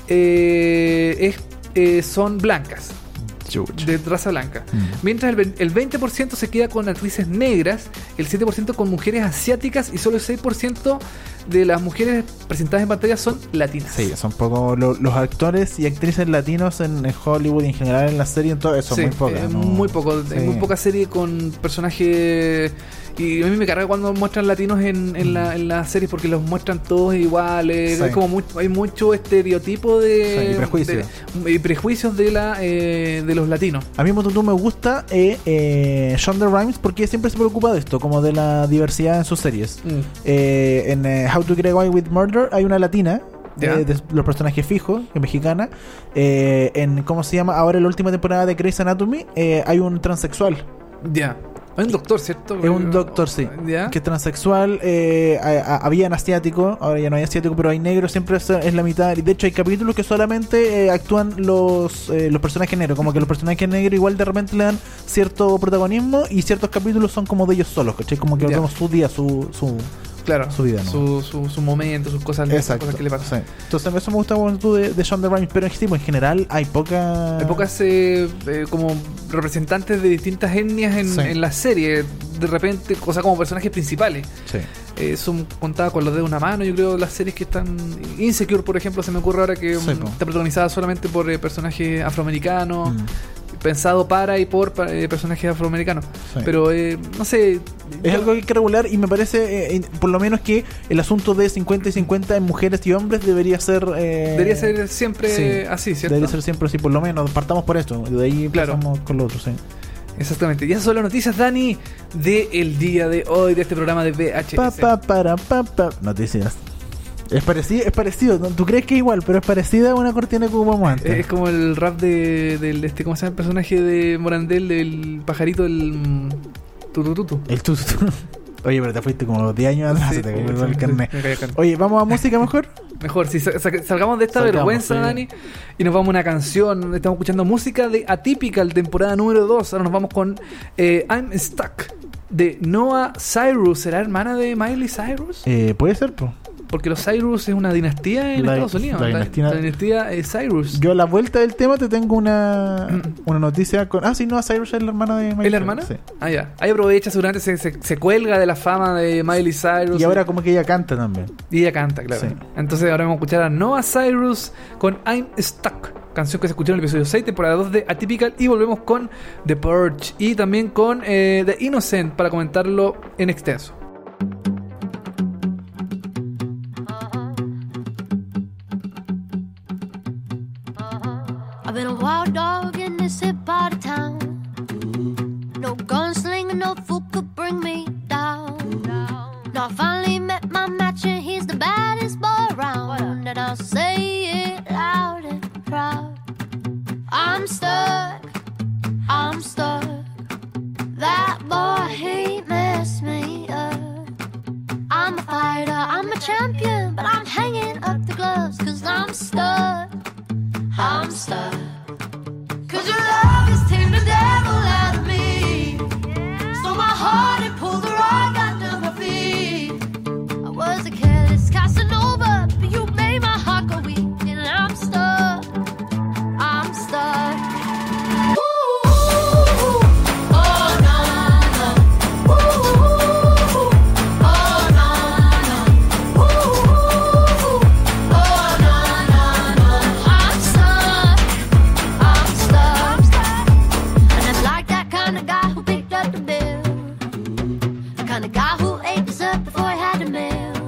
eh, es, eh, son blancas, Chucha. de raza blanca. Mm. Mientras el, ve- el veinte por ciento se queda con actrices negras, el siete por ciento con mujeres asiáticas y solo el seis por ciento de las mujeres presentadas en pantalla son latinas. Sí, son poco lo- los actores y actrices latinos en, en Hollywood y en general en la serie, en todo eso, Sí, muy pocas. eh, ¿no? muy poco, Sí. hay muy poca serie con personajes. Y a mí me carga cuando muestran latinos en, en, la, en las series porque los muestran todos iguales. Sí. Hay como muy- hay mucho estereotipo de, Sí, y prejuicio. de- y prejuicios de la eh, de los latinos. A mí Motutu me gusta eh, eh, Shonda Rhimes porque siempre se preocupa de esto, como de la diversidad en sus series. Mm. Eh, en eh, How to Get Away with Murder hay una latina, Ya. de, de los personajes fijos, que es mexicana. Eh, en, ¿cómo se llama? Ahora en la última temporada de Grey's Anatomy eh, hay un transexual. Ya. Hay un doctor, ¿cierto? Es un doctor, sí. Ya. Que es transexual. Eh, a- a- habían asiático, ahora ya no hay asiático, pero hay negro, siempre es, es la mitad. Y de hecho hay capítulos que solamente eh, actúan los, eh, los personajes negros. Como que los personajes negros igual de repente le dan cierto protagonismo y ciertos capítulos son como de ellos solos, ¿cachai? Como que Ya. vemos su día, su... su Claro, su vida, ¿no? su, su, su momento, sus cosas, sus Exacto. cosas que le pasan. Sí. Entonces eso me gusta mucho de, de Shonda Rhimes, pero en, sí, pues, en general hay poca... Hay pocas eh, eh, como representantes de distintas etnias en, Sí. en la serie, de repente, o sea, como personajes principales. Sí. Eh, son contadas con los dedos de una mano, yo creo, las series que están... Insecure, por ejemplo, se me ocurre ahora que Sí, mm, po. está protagonizada solamente por eh, personajes afroamericanos, Mm. pensado para y por pa- eh, personajes afroamericanos. Sí. Pero, eh, no sé... Es yo- algo que hay que regular y me parece, eh, por lo menos, que el asunto de cincuenta y cincuenta en mujeres y hombres debería ser... eh, Debería ser siempre sí, así, ¿cierto? Debería ser siempre así, por lo menos. Partamos por esto. Y de ahí Claro. pasamos con lo otro, sí. Exactamente. Y esas son las noticias, Dani, del día de hoy, de este programa de V H Pa, S. pa, para, pa, pa. Noticias. Es parecido, es parecido. ¿no? Tú crees que es igual, pero es parecida a una cortina que ocupamos antes. Es como el rap de, del este, ¿cómo se llama el personaje de Morandel, del pajarito, el mm, tutututu? El tu, tu- Oye, pero te fuiste como diez años atrás, Sí, se te cayó sí, el sí, carnet. me cayó el carnet. Oye, ¿vamos a música mejor? Mejor, si sa- sa- salgamos de esta Salgamos, vergüenza, sí. Dani, y nos vamos a una canción. Estamos escuchando música de Atypical, temporada número dos. Ahora nos vamos con eh, I'm Stuck, de Noah Cyrus. ¿Será hermana de Miley Cyrus? Eh, Puede ser, pues. Porque los Cyrus es una dinastía en La- Estados Unidos. la La, dinastía- la dinastía eh, Cyrus. Yo a la vuelta del tema te tengo una una noticia con... Ah, sí, no, Cyrus es la hermana de Miley ¿Es la hermana? Sí. Ah, ya. Ahí aprovecha, seguramente se, se, se cuelga de la fama de Miley Cyrus. Y ahora como que ella canta también. Y ella canta, claro. Sí. Entonces ahora vamos a escuchar a Noah Cyrus con I'm Stuck, canción que se escuchó en el episodio seis, temporada dos de Atypical. Y volvemos con The Purge y también con eh, The Innocent para comentarlo en extenso. I've been a wild dog in this hip part of town. No gunslinger, no fool could bring me down. Now I finally met my match and he's the baddest boy around. And I'll say it loud and proud. I'm stuck, I'm stuck. That boy, he messed me up. I'm a fighter, I'm a champion, but I'm hanging up the gloves 'cause I'm stuck. I'm stuck. 'Cause your love has tamed the devil out of me. Stole my heart and pulled the rug under my feet. I was a careless Casanova, but you made my heart go weak. And I'm stuck. I'm stuck. Ooh, oh, no, no. Ooh, oh, no, no. Ooh, oh, no, no, no. I'm stuck. I'm stuck. And it's like that kind of guy who picked up the bill. The kind of guy who ate dessert before he had a meal.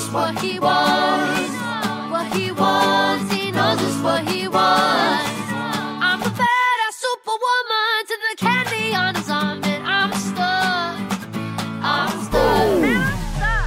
just what he wants. What he wants, he knows just what he wants. I'm prepared as Superwoman to the candy on his arm, and I'm stuck. I'm stuck. Man, I'm stuck.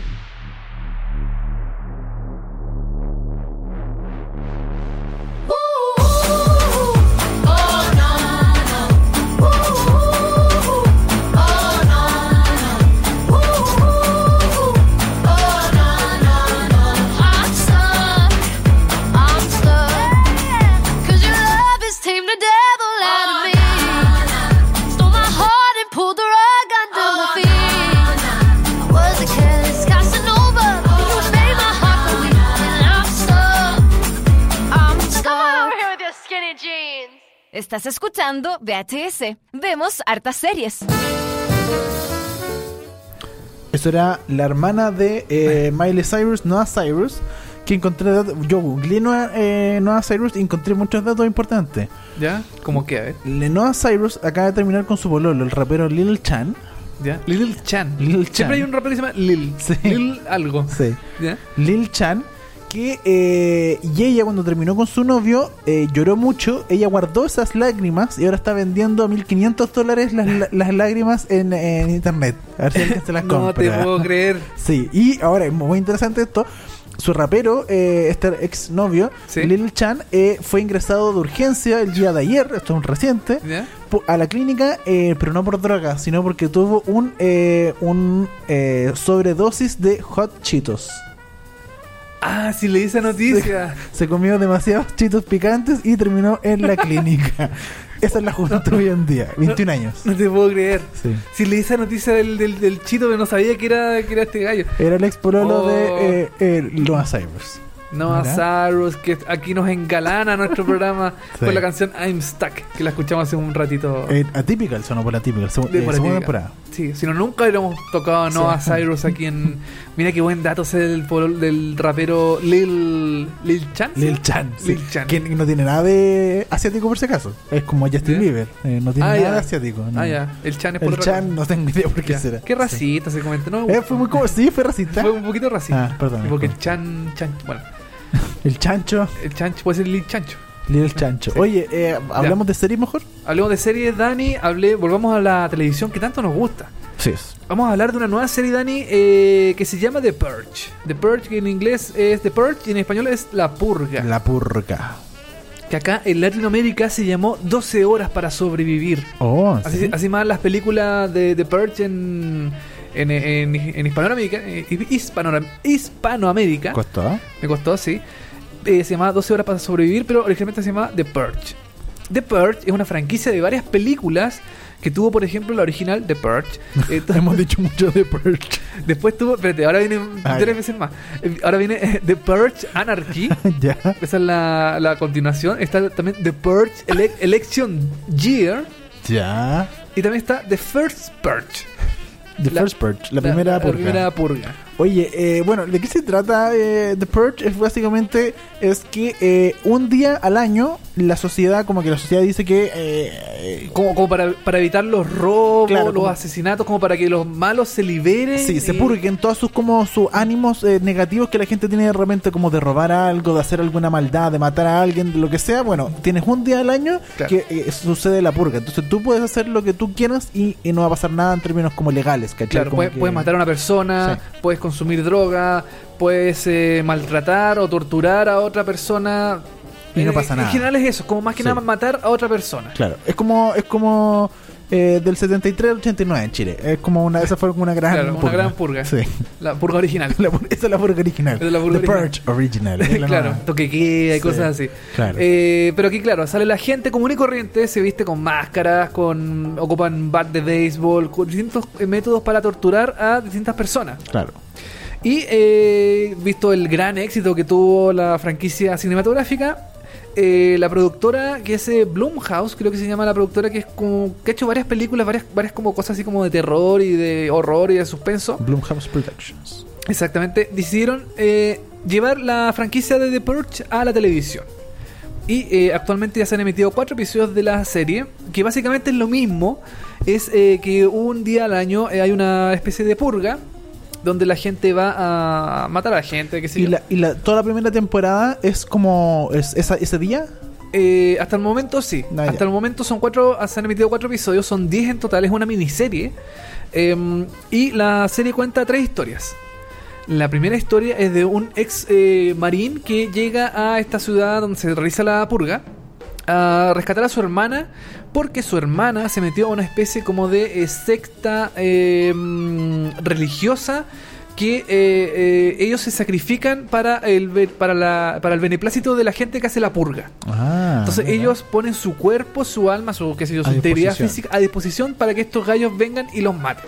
Ooh, oh no, no. Ooh, oh no, no. Ooh, oh no, no, no. I'm stuck. I'm stuck. 'Cause your love has tamed the devil out of me. Stole my heart and pulled the rug under my feet. I was a careless Casanova. You made my heart go weak. And I'm stuck. I'm stuck. Come on over here with your skinny jeans. Estás escuchando V H S. Vemos hartas series. Eso era la hermana de eh, Miley Cyrus, Noah Cyrus, que encontré datos. Yo googleé Noah, eh, Noah Cyrus y encontré muchos datos importantes. ¿Ya? ¿Cómo que? A ver. Le- Noah Cyrus acaba de terminar con su pololo, el rapero Lil Chan. ¿Ya? Lil Chan. Lil Chan. Siempre hay un rapero que se llama Lil. Sí. Lil algo. Sí. ¿Ya? Lil Chan, que eh, y ella cuando terminó con su novio eh, lloró mucho, ella guardó esas lágrimas y ahora está vendiendo a mil quinientos dólares las, la- las lágrimas en, en internet. A ver si alguien se las compra. No te puedo creer. Sí, y ahora es muy interesante esto. Su rapero, eh, este ex novio, Sí. Lil Chan, eh, fue ingresado de urgencia el día de ayer, esto es un reciente, ¿Ya? pu- a la clínica, eh, pero no por droga, sino porque tuvo un, eh, un eh, sobredosis de hot Cheetos. Ah, sí leí esa noticia. Se comió demasiados chitos picantes y terminó en la clínica. Esa es la juventud hoy en día, veintiún años. No te puedo creer. Sí. Sí leí esa noticia del, del, del chito, pero no sabía que era, que era este gallo. Era el ex pololo Oh. de eh, eh, Noah Cyrus. Noah Mira. Cyrus, que aquí nos engalana nuestro programa Sí. con la canción I'm Stuck, que la escuchamos hace un ratito. Eh, Atypical, sonó por Atypical, segu- de eh, por segunda aquí. temporada. Sí, si no, nunca hubiéramos tocado a Noah Sí. Cyrus aquí en. Mira qué buen dato ese del, polo- del rapero Lil. Lil Chan. ¿sí? Lil Chan, sí. Lil Chan. Que no tiene nada de asiático por si acaso. Es como Justin ¿Ya? Bieber. eh, no tiene Ah, nada ya. de asiático. No. Ah, ya. El Chan es por El otra Chan, cosa. no tengo idea por qué Ya. será. Qué racista se comenta, ¿no? Sí. Eh, fue muy como. Sí, fue racista. Fue un poquito racista. Ah, perdón, Porque perdón. el Chan, Chan. Bueno, El Chancho. el Chancho puede ser Lil Chancho. Lil Chancho. Sí. Oye, eh, ¿hablamos de series mejor? Hablemos de series, Dani. Hablé, volvamos a la televisión que tanto nos gusta. Sí. Vamos a hablar de una nueva serie, Dani, eh, que se llama The Purge. The Purge, que en inglés es The Purge y en español es La Purga. La purga. Que acá en Latinoamérica se llamó doce horas para sobrevivir. Oh, Así, sí. así más las películas de The Purge en, en, en, en Hispanoamérica. eh, Hispano- Hispanoamérica. ¿Costó? Me costó, sí. Eh, se llamaba doce horas para sobrevivir, pero originalmente se llamaba The Purge. The Purge es una franquicia de varias películas que tuvo, por ejemplo, la original The Purge. Eh, t- Hemos dicho mucho de Purge. Después tuvo, espérate, ahora viene Ah, tres ya. veces más. Eh, Ahora viene eh, The Purge Anarchy. Ya. Esa es la, la continuación. Está también The Purge Ele- Election Year. Ya. Y también está The First Purge. The La- First Purge, la, primera la purga. primera purga. Oye, eh, bueno, ¿de qué se trata eh, The Purge? Es básicamente es que eh, un día al año la sociedad, como que la sociedad dice que eh, Como, como para, para evitar los robos, Claro, los como- asesinatos, como para que los malos se liberen. sí, se y- purguen todos sus como sus ánimos eh, negativos que la gente tiene de repente, como de robar algo, de hacer alguna maldad, de matar a alguien, de lo que sea. Bueno, tienes un día al año Claro. que eh, sucede la purga. Entonces tú puedes hacer lo que tú quieras y, y no va a pasar nada en términos como legales, ¿cachai? Claro, Como puedes, que- puedes matar a una persona, puedes consumir droga, puedes eh, maltratar o torturar a otra persona. Y no Eh, pasa nada. En general es eso, como más que Sí. nada matar a otra persona. Claro, es como es como eh, del setenta y tres al ochenta y nueve en Chile. Es como una esa fue como una gran Claro, una gran purga. Sí. La purga original. La pur- esa es la purga original. Esa es la purga The original. Purge original. es la claro, nueva. toque queda y Sí, cosas así. claro. Eh, pero aquí, claro, sale la gente común y corriente, se viste con máscaras, con ocupan bat de béisbol, con distintos eh, métodos para torturar a distintas personas. Claro. Y eh, visto el gran éxito que tuvo la franquicia cinematográfica, eh, la productora que es eh, Blumhouse, creo que se llama la productora, que es como que ha hecho varias películas, varias varias como cosas así como de terror y de horror y de suspenso. Blumhouse Productions. Exactamente, decidieron eh, llevar la franquicia de The Purge a la televisión. Y eh, actualmente ya se han emitido cuatro episodios de la serie, que básicamente es lo mismo, es eh, que un día al año eh, hay una especie de purga, donde la gente va a matar a la gente, qué sé ¿Y, yo. la, y la, toda la primera temporada es como es, esa, ese día? Eh, hasta el momento sí. Ah, hasta ya. el momento son cuatro, se han emitido cuatro episodios, son diez en total, es una miniserie. Eh, y la serie cuenta tres historias. La primera historia es de un ex eh, marín que llega a esta ciudad donde se realiza la purga a rescatar a su hermana, porque su hermana se metió a una especie como de eh, secta eh, religiosa que eh, eh, ellos se sacrifican para el para la para el beneplácito de la gente que hace la purga. Ah, Entonces mira. ellos ponen su cuerpo, su alma, su qué sé yo, su A integridad disposición. física a disposición para que estos gallos vengan y los maten.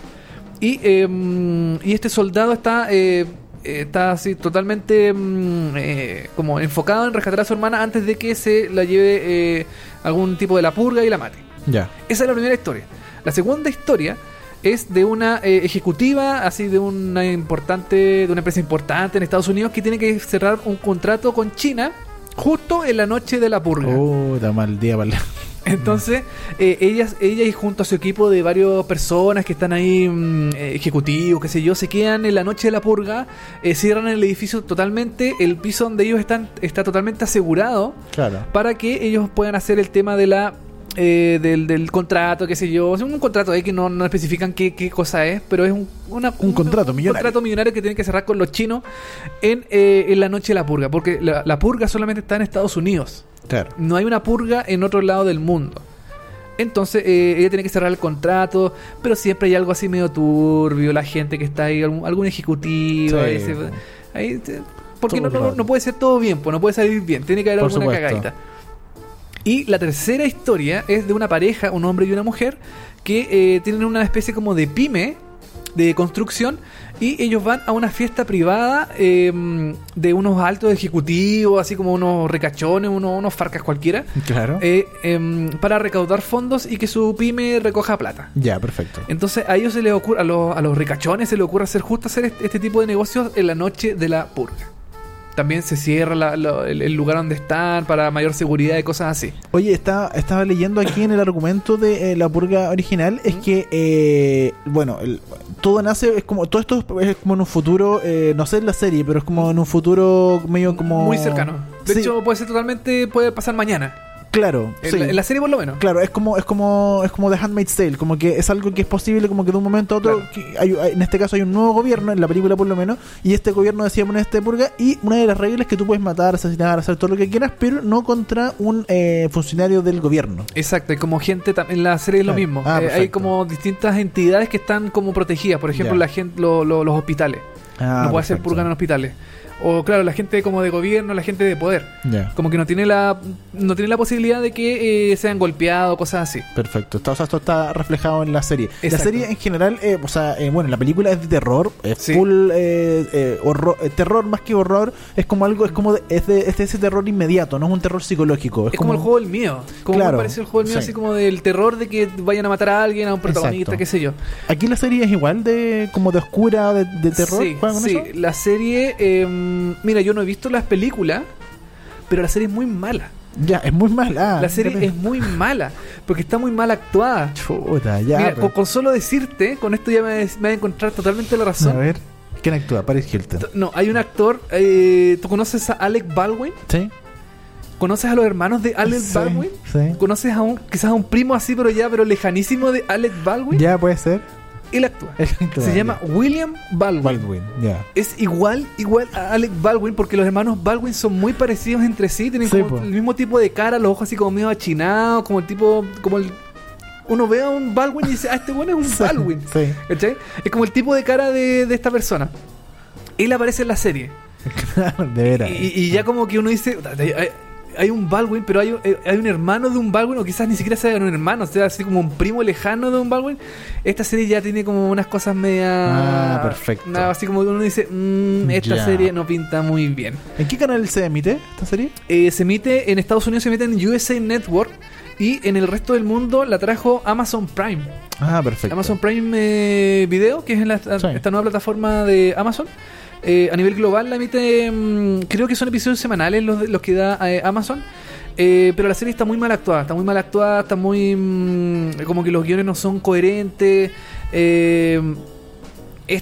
Y eh, y este soldado está eh, está así totalmente mm, eh, como enfocado en rescatar a su hermana antes de que se la lleve eh, algún tipo de la purga y la mate. Ya. Esa es la primera historia. La segunda historia es de una eh, ejecutiva, así de una importante, de una empresa importante en Estados Unidos que tiene que cerrar un contrato con China justo en la noche de la purga. Oh, da mal día para la- Entonces, eh, ellas, ella y junto a su equipo de varias personas que están ahí, mm, eh, ejecutivos, qué sé yo, se quedan en la noche de la purga, eh, cierran el edificio totalmente, el piso donde ellos están está totalmente asegurado Claro. para que ellos puedan hacer el tema de la eh, del, del contrato, qué sé yo. Es un contrato ahí que no, no especifican qué, qué cosa es, pero es un, una- Un contrato millonario. contrato millonario que tienen que cerrar con los chinos en, eh, en la noche de la purga, porque la, la purga solamente está en Estados Unidos. Claro. No hay una purga en otro lado del mundo. Entonces eh, ella tiene que cerrar el contrato, pero siempre hay algo así medio turbio, la gente que está ahí, algún, algún ejecutivo, Sí. ahí se- ahí se- porque Todo no, no, raro. no puede ser todo bien, pues no puede salir bien, tiene que haber Por alguna supuesto. cagadita. Y la tercera historia es de una pareja, un hombre y una mujer, que eh, tienen una especie como de pyme de construcción y ellos van a una fiesta privada eh, de unos altos ejecutivos, así como unos ricachones, unos, unos farcas cualquiera, Claro. eh, em, para recaudar fondos y que su pyme recoja plata. Ya, perfecto. Entonces a ellos se les ocurre, a los, a los ricachones se les ocurre hacer justo hacer este, este tipo de negocios en la noche de la purga. También se cierra la- la- el, el lugar donde están para mayor seguridad y cosas así. Oye, estaba, estaba leyendo aquí en el argumento de eh, la purga original, es que, eh, bueno, el- todo nace, es como, todo esto es como en un futuro, eh, no sé en la serie, pero es como en un futuro medio como... Muy cercano. De Sí, hecho, puede ser totalmente, puede pasar mañana. claro, En, sí. la, en la serie por lo menos. Claro, es como es como es como The Handmaid's Tale, como que es algo que es posible como que de un momento a otro, Claro. que hay- hay- en este caso hay un nuevo gobierno, en la película por lo menos, y este gobierno decide poner este purga, y una de las reglas es que tú puedes matar, asesinar, hacer todo lo que quieras, pero no contra un eh, funcionario del gobierno. Exacto, y como gente tam- en la serie es lo Claro. mismo. Ah, Eh, hay perfecto. como distintas entidades que están como protegidas. Por ejemplo, Ya. la gente, lo- lo- los hospitales. Ah, no puede hacer perfecto. purga en hospitales. O claro, la gente como de gobierno, la gente de poder. Ya. Como que no tiene la no tiene la posibilidad de que eh, sean golpeados, cosas así. Perfecto, Está- o sea, esto está reflejado en la serie. Exacto. La serie en general, eh, o sea, eh, bueno, la película es de terror, es Sí. full eh, eh, horror, eh, terror más que horror, es como algo, es como de, es, de, es de ese terror inmediato, no es un terror psicológico. Es, Es como, el juego del miedo. Como Claro, me parece el juego del miedo, sí. así como del terror de que vayan a matar a alguien, a un protagonista, Exacto. qué sé yo. Aquí la serie es igual de como de oscura, de, de terror. Sí, ¿Juega con sí. eso? La serie, eh, mira, yo no he visto las películas, pero la serie es muy mala. Ya, es muy mala. La serie de- es muy mala, porque está muy mal actuada. Chuta, ya. Mira, pero- con, con solo decirte, con esto ya me, me va a encontrar totalmente la A razón. ver, ¿quién actúa? Paris Hilton. T- No, hay un actor, eh, ¿tú conoces a Alec Baldwin? ¿Sí? ¿Conoces a los hermanos de Alec Sí, Baldwin? sí. ¿Conoces a un, quizás a un primo así, pero ya, pero lejanísimo de Alec Baldwin? Ya puede ser. Él actúa. Él actúa, Se ya. llama William Baldwin. Baldwin, ya. Es igual, igual a Alec Baldwin, porque los hermanos Baldwin son muy parecidos entre sí, tienen Sí, como po. el mismo tipo de cara, los ojos así como medio achinados, como el tipo, como el... Uno ve a un Baldwin y dice, ah, este bueno es un Sí, Baldwin. Sí. ¿Cachai? Es como el tipo de cara de, de esta persona. Él aparece en la serie. De veras. Y, y ya como que uno dice, hay, hay- hay un Baldwin, pero hay, un- eh, hay un hermano de un Baldwin, o quizás ni siquiera sea un hermano, sea así como un primo lejano de un Baldwin. Esta serie ya tiene como unas cosas media... Ah, perfecto. nada, así como que uno dice, "Mm, esta Ya. serie no pinta muy bien". ¿En qué canal se emite esta serie? Eh, se emite en Estados Unidos, se emite en U S A Network, y en el resto del mundo la trajo Amazon Prime. Ah, perfecto. Amazon Prime eh, Video, que es en la- Sí. esta nueva plataforma de Amazon. Eh, a nivel global la emite, mm, creo que son episodios semanales los, de- los que da eh, Amazon. Eh, pero la serie está muy mal actuada, está muy mal actuada, está muy... mm, como que los guiones no son coherentes. Eh, es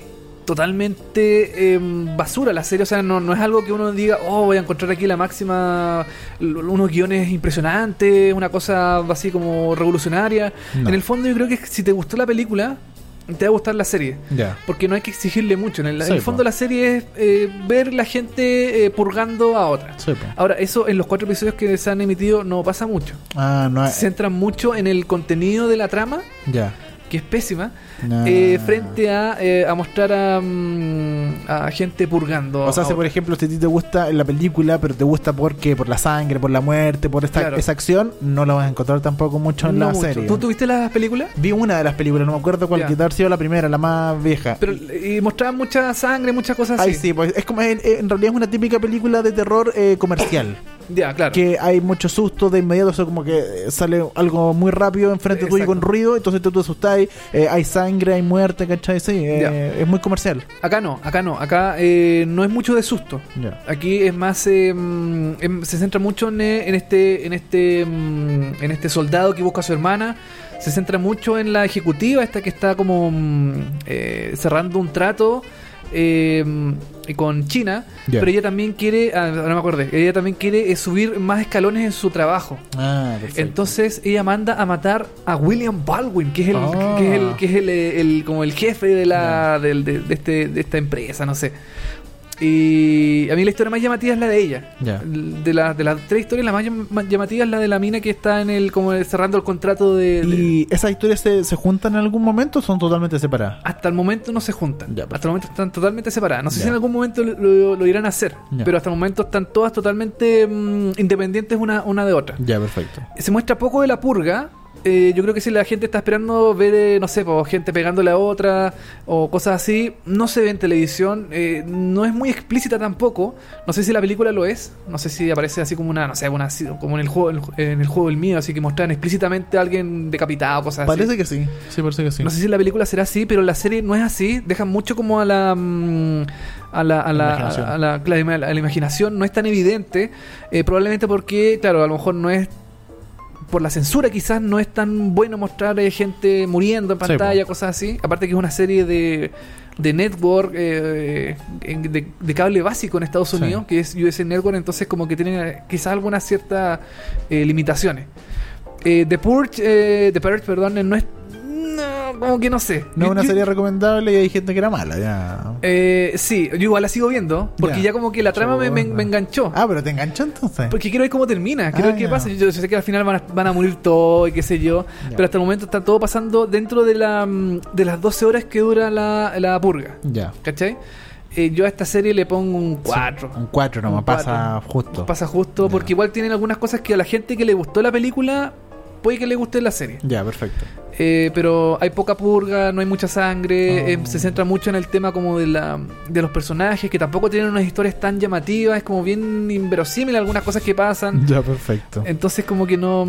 totalmente eh, basura la serie. O sea, no, no es algo que uno diga, oh, voy a encontrar aquí la máxima, unos guiones impresionantes, una cosa así como revolucionaria. No. En el fondo yo creo que si te gustó la película, te va a gustar la serie. Yeah. Porque no hay que exigirle mucho. En el, sí, en el fondo po. la serie es eh, ver la gente eh, purgando a otra. Sí, ahora, eso en los cuatro episodios que se han emitido no pasa mucho. Ah, no hay... Se centran mucho en el contenido de la trama. Ya. Yeah. Que es pésima, no. eh, frente a, eh, a mostrar a, um, a gente purgando. O sea, si por ejemplo, si a ti te gusta la película, pero te gusta porque por la sangre, por la muerte, por esta claro. esa acción, no lo vas a encontrar tampoco mucho en no la mucho. serie. ¿Tú tuviste las películas? Vi una de las películas, no me acuerdo cuál, yeah. que haber sido la primera, la más vieja. Pero y mostraban mucha sangre, muchas cosas así. Ay, sí, pues es como en, en realidad es una típica película de terror eh, comercial. Ya, claro. Que hay mucho susto de inmediato, o sea, como que sale algo muy rápido enfrente tuyo con ruido, entonces tú te asustás, eh, hay sangre, hay muerte, ¿cachai? Sí, eh, es muy comercial. Acá no, acá no, acá eh, no es mucho de susto. Yeah. Aquí es más, eh, em, se centra mucho en, en este, en este, en este soldado que busca a su hermana. Se centra mucho en la ejecutiva, esta que está como eh, cerrando un trato. Eh, con China, yeah. pero ella también quiere, ah, no me acordé, ella también quiere eh, subir más escalones en su trabajo. Ah, perfecto. Entonces ella manda a matar a William Baldwin, que es el, oh. que es el, que es el, el como el jefe de la, yeah. del, de, de, este, de esta empresa, no sé. Y a mí la historia más llamativa es la de ella. Yeah. De, la, de las tres historias, la más llamativa es la de la mina que está en el como cerrando el contrato de... ¿Y de... esas historias se, se juntan en algún momento o son totalmente separadas? Hasta el momento no se juntan. Yeah, hasta el momento están totalmente separadas. No sé yeah. si en algún momento lo, lo, lo irán a hacer. Yeah. Pero hasta el momento están todas totalmente mmm, independientes una, una de otra. Ya, yeah, perfecto. Se muestra poco de la purga. Eh, yo creo que si la gente está esperando ver, eh, no sé, pues, gente pegándole a otra o cosas así, no se ve en televisión, eh, no es muy explícita tampoco. No sé si la película lo es, no sé si aparece así como una, no sé, una, como en el juego, en el juego del mío, así que mostraran explícitamente a alguien decapitado, cosas parece así. Parece que sí, sí, parece que sí. No sé si la película será así, pero la serie no es así, deja mucho como a la... Mmm, a la, a, la, a, la, a, la, a, la, a la imaginación, no es tan evidente, eh, probablemente porque, claro, a lo mejor no es... Por la censura quizás no es tan bueno mostrar eh, gente muriendo en pantalla, sí, cosas así. Aparte que es una serie de, de network, eh, de, de cable básico en Estados Unidos, sí, que es U S A Network, entonces como que tiene quizás algunas ciertas eh, limitaciones. Eh, The Purge, eh, The Purge, perdón, no es... No, como que no sé. No es una yo, serie recomendable y hay gente que era mala, ya. Eh, sí, yo igual la sigo viendo, porque ya, ya como que la trama me, me, me enganchó. Ah, pero te enganchó entonces. Porque quiero ver cómo termina, quiero ah, ver qué ya. pasa. Yo, yo sé que al final van a, van a morir todos y qué sé yo, ya, pero hasta el momento está todo pasando dentro de la de las doce horas que dura la, la purga. Ya. ¿Cachai? Eh, yo a esta serie le pongo un cuatro. Sí, un cuatro nomás, pasa justo. Pasa justo, ya, porque igual tienen algunas cosas que a la gente que le gustó la película puede que le guste la serie. Ya, perfecto. Eh, pero hay poca purga, no hay mucha sangre, oh. eh, se centra mucho en el tema como de la de los personajes, que tampoco tienen unas historias tan llamativas, es como bien inverosímil algunas cosas que pasan. Ya, perfecto. Entonces como que no,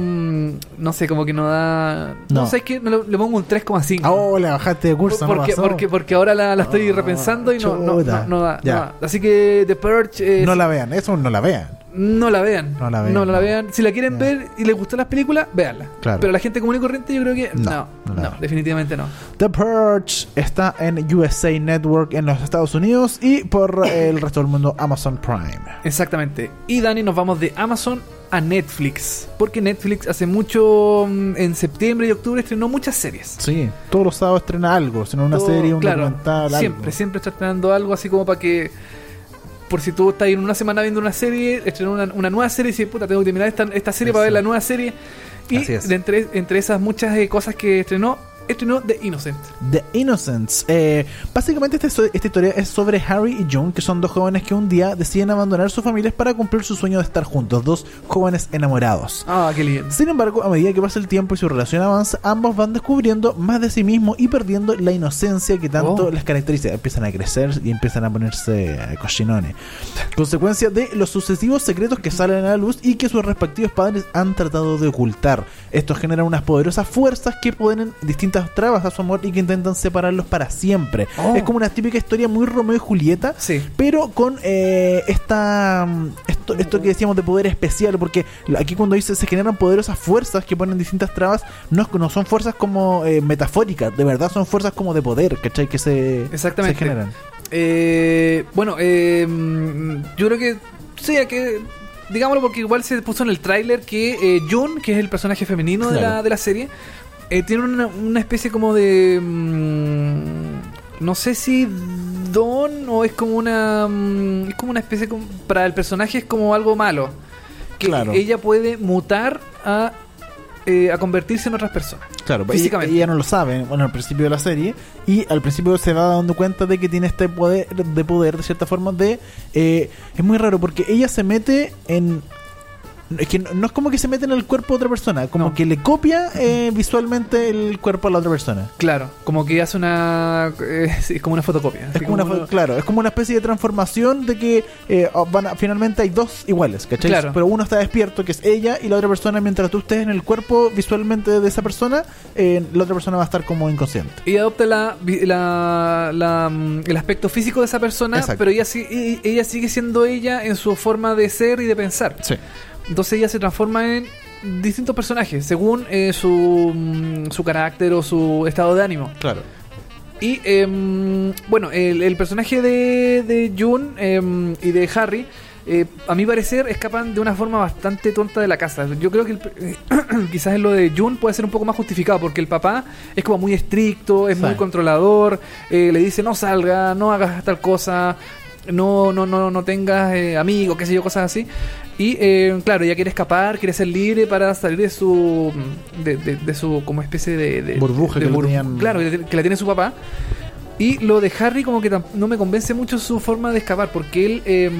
no sé, como que no da... No, no sé, es que le, le pongo un tres coma cinco. Oh, le bajaste de curso, Por, porque, no porque, porque ahora la, la estoy oh, repensando y no, no, no, no, no, da, no da. Así que The Purge... Eh, no la vean, eso no la vean. No la vean. No la vean. No la no. vean. Si la quieren, yeah, ver y les gustan las películas, véanla. Claro. Pero la gente común y corriente yo creo que no. No, no, no, definitivamente no. The Purge está en U S A Network en los Estados Unidos y por el resto del mundo Amazon Prime. Exactamente. Y Dani, nos vamos de Amazon a Netflix, porque Netflix hace mucho, en septiembre y octubre estrenó muchas series. Sí, todos los sábados estrena algo, sino una Todo, serie, un claro, documental, siempre, algo. siempre está estrenando algo así como para que, por si tú estás en una semana viendo una serie, estrenó una, una nueva serie y dices, puta, tengo que terminar esta, esta serie Eso. para ver la nueva serie. Y de entre, entre esas muchas eh, cosas que estrenó, estrenó The Innocent. The Innocents. Eh, básicamente esta, esta historia es sobre Harry y June, que son dos jóvenes que un día deciden abandonar sus familias para cumplir su sueño de estar juntos, dos jóvenes enamorados. Ah, qué lindo. Sin embargo, a medida que pasa el tiempo y su relación avanza, ambos van descubriendo más de sí mismos y perdiendo la inocencia que tanto oh. les caracteriza. Empiezan a crecer y empiezan a ponerse cochinones. Consecuencia de los sucesivos secretos que salen a la luz y que sus respectivos padres han tratado de ocultar. Esto genera unas poderosas fuerzas que ponen distintas trabas a su amor y que intentan separarlos para siempre. Oh. Es como una típica historia muy Romeo y Julieta, sí, pero con eh, esta esto, esto que decíamos de poder especial, porque aquí cuando dice se generan poderosas fuerzas que ponen distintas trabas, no, no son fuerzas como eh, metafóricas, de verdad son fuerzas como de poder, ¿cachai? Que se, Exactamente. se generan. Eh, bueno, eh, yo creo que sí, que digámoslo porque igual se puso en el tráiler que eh, June, que es el personaje femenino claro. de, la, de la serie, eh, tiene una, una especie como de mmm, no sé si don o es como una mmm, es como una especie como, para el personaje es como algo malo, que claro. ella puede mutar a Eh, a convertirse en otras personas. Claro, físicamente. Ella, ella no lo sabe, bueno, al principio de la serie, y al principio se va dando cuenta de que tiene este poder, de poder, de cierta forma, de... Eh, es muy raro, porque ella se mete en... Es que no, no es como que se mete en el cuerpo de otra persona, como no. que le copia eh, visualmente el cuerpo a la otra persona. Claro, como que hace una... Eh, sí, es como una fotocopia. Es como como una, uno... Claro, es como una especie de transformación de que eh, van a, finalmente hay dos iguales, ¿cachai? Claro. Pero uno está despierto, que es ella, y la otra persona, mientras tú estés en el cuerpo visualmente de esa persona, eh, la otra persona va a estar como inconsciente. Y adopta la, la, la, el aspecto físico de esa persona, Exacto. pero ella, ella sigue siendo ella en su forma de ser y de pensar. Sí. Entonces ella se transforma en distintos personajes según eh, su, su carácter o su estado de ánimo. Claro. Y eh, bueno, el, el personaje de, de June eh, y de Harry, eh, a mi parecer, escapan de una forma bastante tonta de la casa. Yo creo que el, eh, quizás lo de June puede ser un poco más justificado, porque el papá es como muy estricto, es sí. muy controlador, eh, le dice no salga, no hagas tal cosa, no no no no tengas eh, amigos, qué sé yo, cosas así. Y eh, claro, ella quiere escapar, quiere ser libre para salir de su de, de, de su como especie de, de burbuja de, que, de bur- tenían... claro, que la tiene su papá. Y lo de Harry como que tam- no me convence mucho su forma de escapar, porque él eh,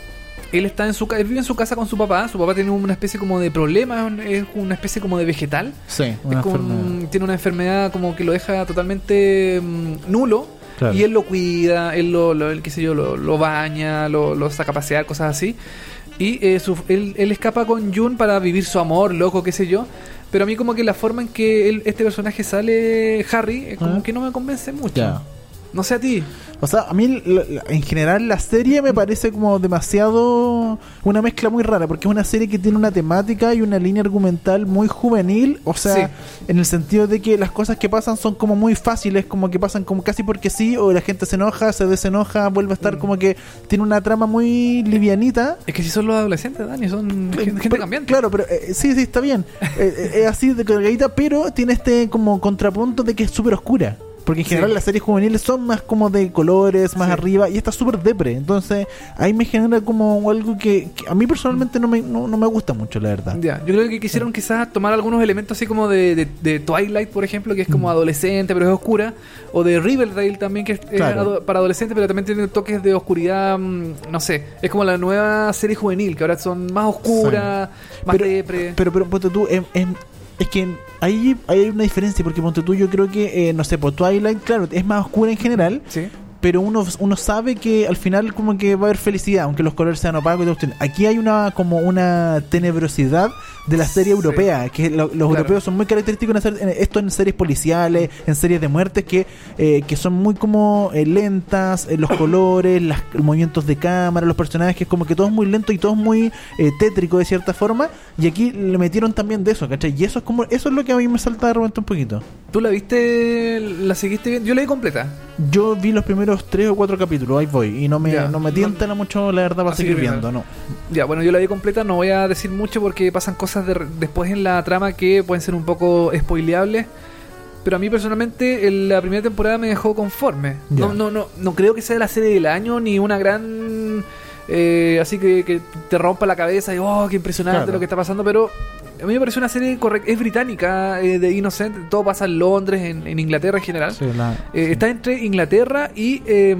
él está en su ca- él vive en su casa con su papá. Su papá tiene una especie como de problema, es una especie como de vegetal. Sí, una es como, enfermedad. Tiene una enfermedad como que lo deja totalmente um, nulo. Claro. Y él lo cuida, él lo, lo él, qué sé yo, lo, lo baña, lo, lo saca a pasear, cosas así. Y eh, su, él, él escapa con June para vivir su amor, loco, qué sé yo. Pero a mí como que la forma en que él, este personaje sale, Harry, eh, como ¿Ah? que no me convence mucho. Ya. No sé a ti. O sea, a mí la, la, en general la serie me parece como demasiado... Una mezcla muy rara, porque es una serie que tiene una temática y una línea argumental muy juvenil. O sea, sí. en el sentido de que las cosas que pasan son como muy fáciles, como que pasan como casi porque sí, o la gente se enoja, se desenoja, vuelve a estar mm. como que tiene una trama muy livianita. Es que si son los adolescentes, Dani, son gente, gente pero, cambiante. Claro, pero eh, sí, sí, está bien. eh, es así de cargadita, pero tiene este como contrapunto de que es súper oscura. Porque en general sí. las series juveniles son más como de colores, más sí. arriba, y esta es súper depre. Entonces, ahí me genera como algo que, que a mí personalmente no me, no, no me gusta mucho, la verdad. Ya, yo creo que quisieron sí. quizás tomar algunos elementos así como de, de, de Twilight, por ejemplo, que es como mm. adolescente, pero es oscura. O de Riverdale también, que es, claro. es ado- para adolescentes, pero también tiene toques de oscuridad, mmm, no sé. Es como la nueva serie juvenil, que ahora son más oscuras, sí. más pero, depre. Pero, pero, ponte tú, en... en es que ahí hay una diferencia, porque ponte tú, yo creo que, eh, no sé, por Twilight, claro, es más oscura en general, sí. pero uno uno sabe que al final como que va a haber felicidad, aunque los colores sean opacos y todo. Aquí hay una como una tenebrosidad de la serie sí. europea, que lo, los claro. europeos son muy característicos en hacer en, esto en series policiales, en series de muertes que eh, que son muy como eh, lentas, eh, los colores, las, los movimientos de cámara, los personajes, como que todo es muy lento y todo es muy eh, tétrico de cierta forma, y aquí le metieron también de eso, ¿cachai? Y eso es como eso es lo que a mí me salta de repente un poquito. ¿Tú la viste, la seguiste bien? Yo la vi completa. Yo vi los primeros tres o cuatro capítulos, ahí voy, y no me, no me tientan no, mucho, la verdad, para seguir viendo, no. Ya, bueno, yo la vi completa, no voy a decir mucho porque pasan cosas de, después en la trama que pueden ser un poco spoileables, pero a mí personalmente el, la primera temporada me dejó conforme. No, no, no, no creo que sea la serie del año ni una gran... Eh, así que, que te rompa la cabeza y oh, qué impresionante claro. lo que está pasando, pero a mí me parece una serie correcta, es británica, eh, de Innocent, todo pasa en Londres, en, en Inglaterra en general. Sí, la, eh, sí. Está entre Inglaterra y eh,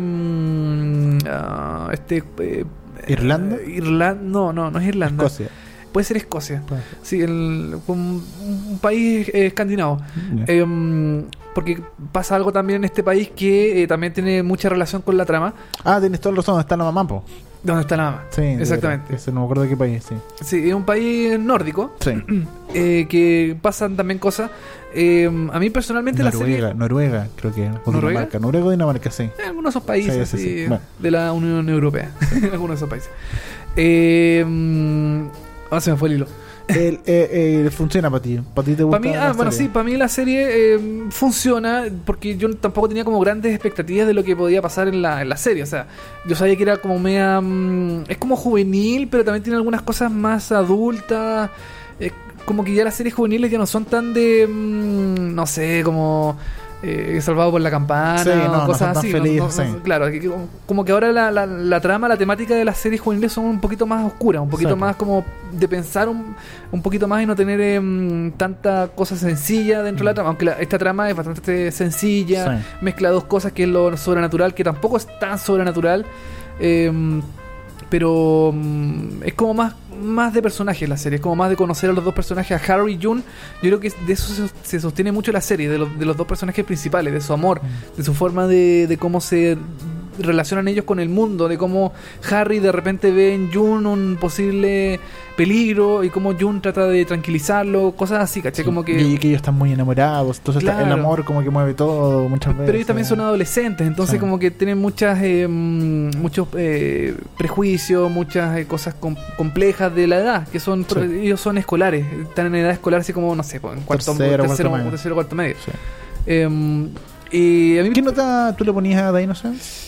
uh, este eh, ¿Irlanda? Eh, Irlanda, no, no, no es Irlanda. Escocia. Puede ser Escocia. Puede. Sí, el, un, un país eh, escandinavo. Yeah. Eh, porque pasa algo también en este país que eh, también tiene mucha relación con la trama. Ah, tienes toda la razón, está la mamá, po. ¿Dónde está la mamá? Sí, exactamente. Ese no me acuerdo de qué país, sí. Sí, es un país nórdico. Sí. Eh, que pasan también cosas. Eh, a mí personalmente Noruega, la serie... Noruega, creo que. O ¿Noruega? Dinamarca. Noruega o Dinamarca, sí. En algunos de esos países sí, así, sí, sí. Bueno. de la Unión Europea. En algunos de esos países. Eh, ah, se me fue el hilo. el, eh, eh, funciona para ti. ¿Para ti te gusta? Para mí, ah, bueno, sí, para mí la serie eh, funciona porque yo tampoco tenía como grandes expectativas de lo que podía pasar en la, en la serie. O sea, yo sabía que era como media... Um, es como juvenil, pero también tiene algunas cosas más adultas. Eh, como que ya las series juveniles ya no son tan de... Um, no sé, como... Eh, salvado por la campana, sí, no, o cosas no así. feliz, no, no, sí. no, claro, que, como que ahora la, la, la trama, la temática de las series juveniles son un poquito más oscuras, un poquito sí, más como de pensar un, un poquito más y no tener eh, tanta cosa sencilla dentro mm. de la trama. Aunque la, esta trama es bastante sencilla, sí. mezcla dos cosas, que es lo sobrenatural, que tampoco es tan sobrenatural, eh, pero um, es como más más de personajes la serie, es como más de conocer a los dos personajes, a Harry y June. Yo creo que de eso se, se sostiene mucho la serie, de, lo, de los dos personajes principales, de su amor, mm. de su forma de, de cómo se relacionan ellos con el mundo, de cómo Harry de repente ve en June un posible peligro y cómo June trata de tranquilizarlo, cosas así, ¿cachai? Sí. Como que... Y que ellos están muy enamorados, entonces claro. el amor como que mueve todo muchas veces. Pero ellos también son adolescentes, entonces sí. como que tienen muchas eh, muchos eh, prejuicios, muchas eh, cosas com- complejas de la edad, que son sí. ellos son escolares, están en edad escolar así como, no sé, en cuarto, tercero, tercero, cuarto, tercero cuarto medio. Sí. Eh, y a mí, ¿qué nota tú le ponías a The Innocents?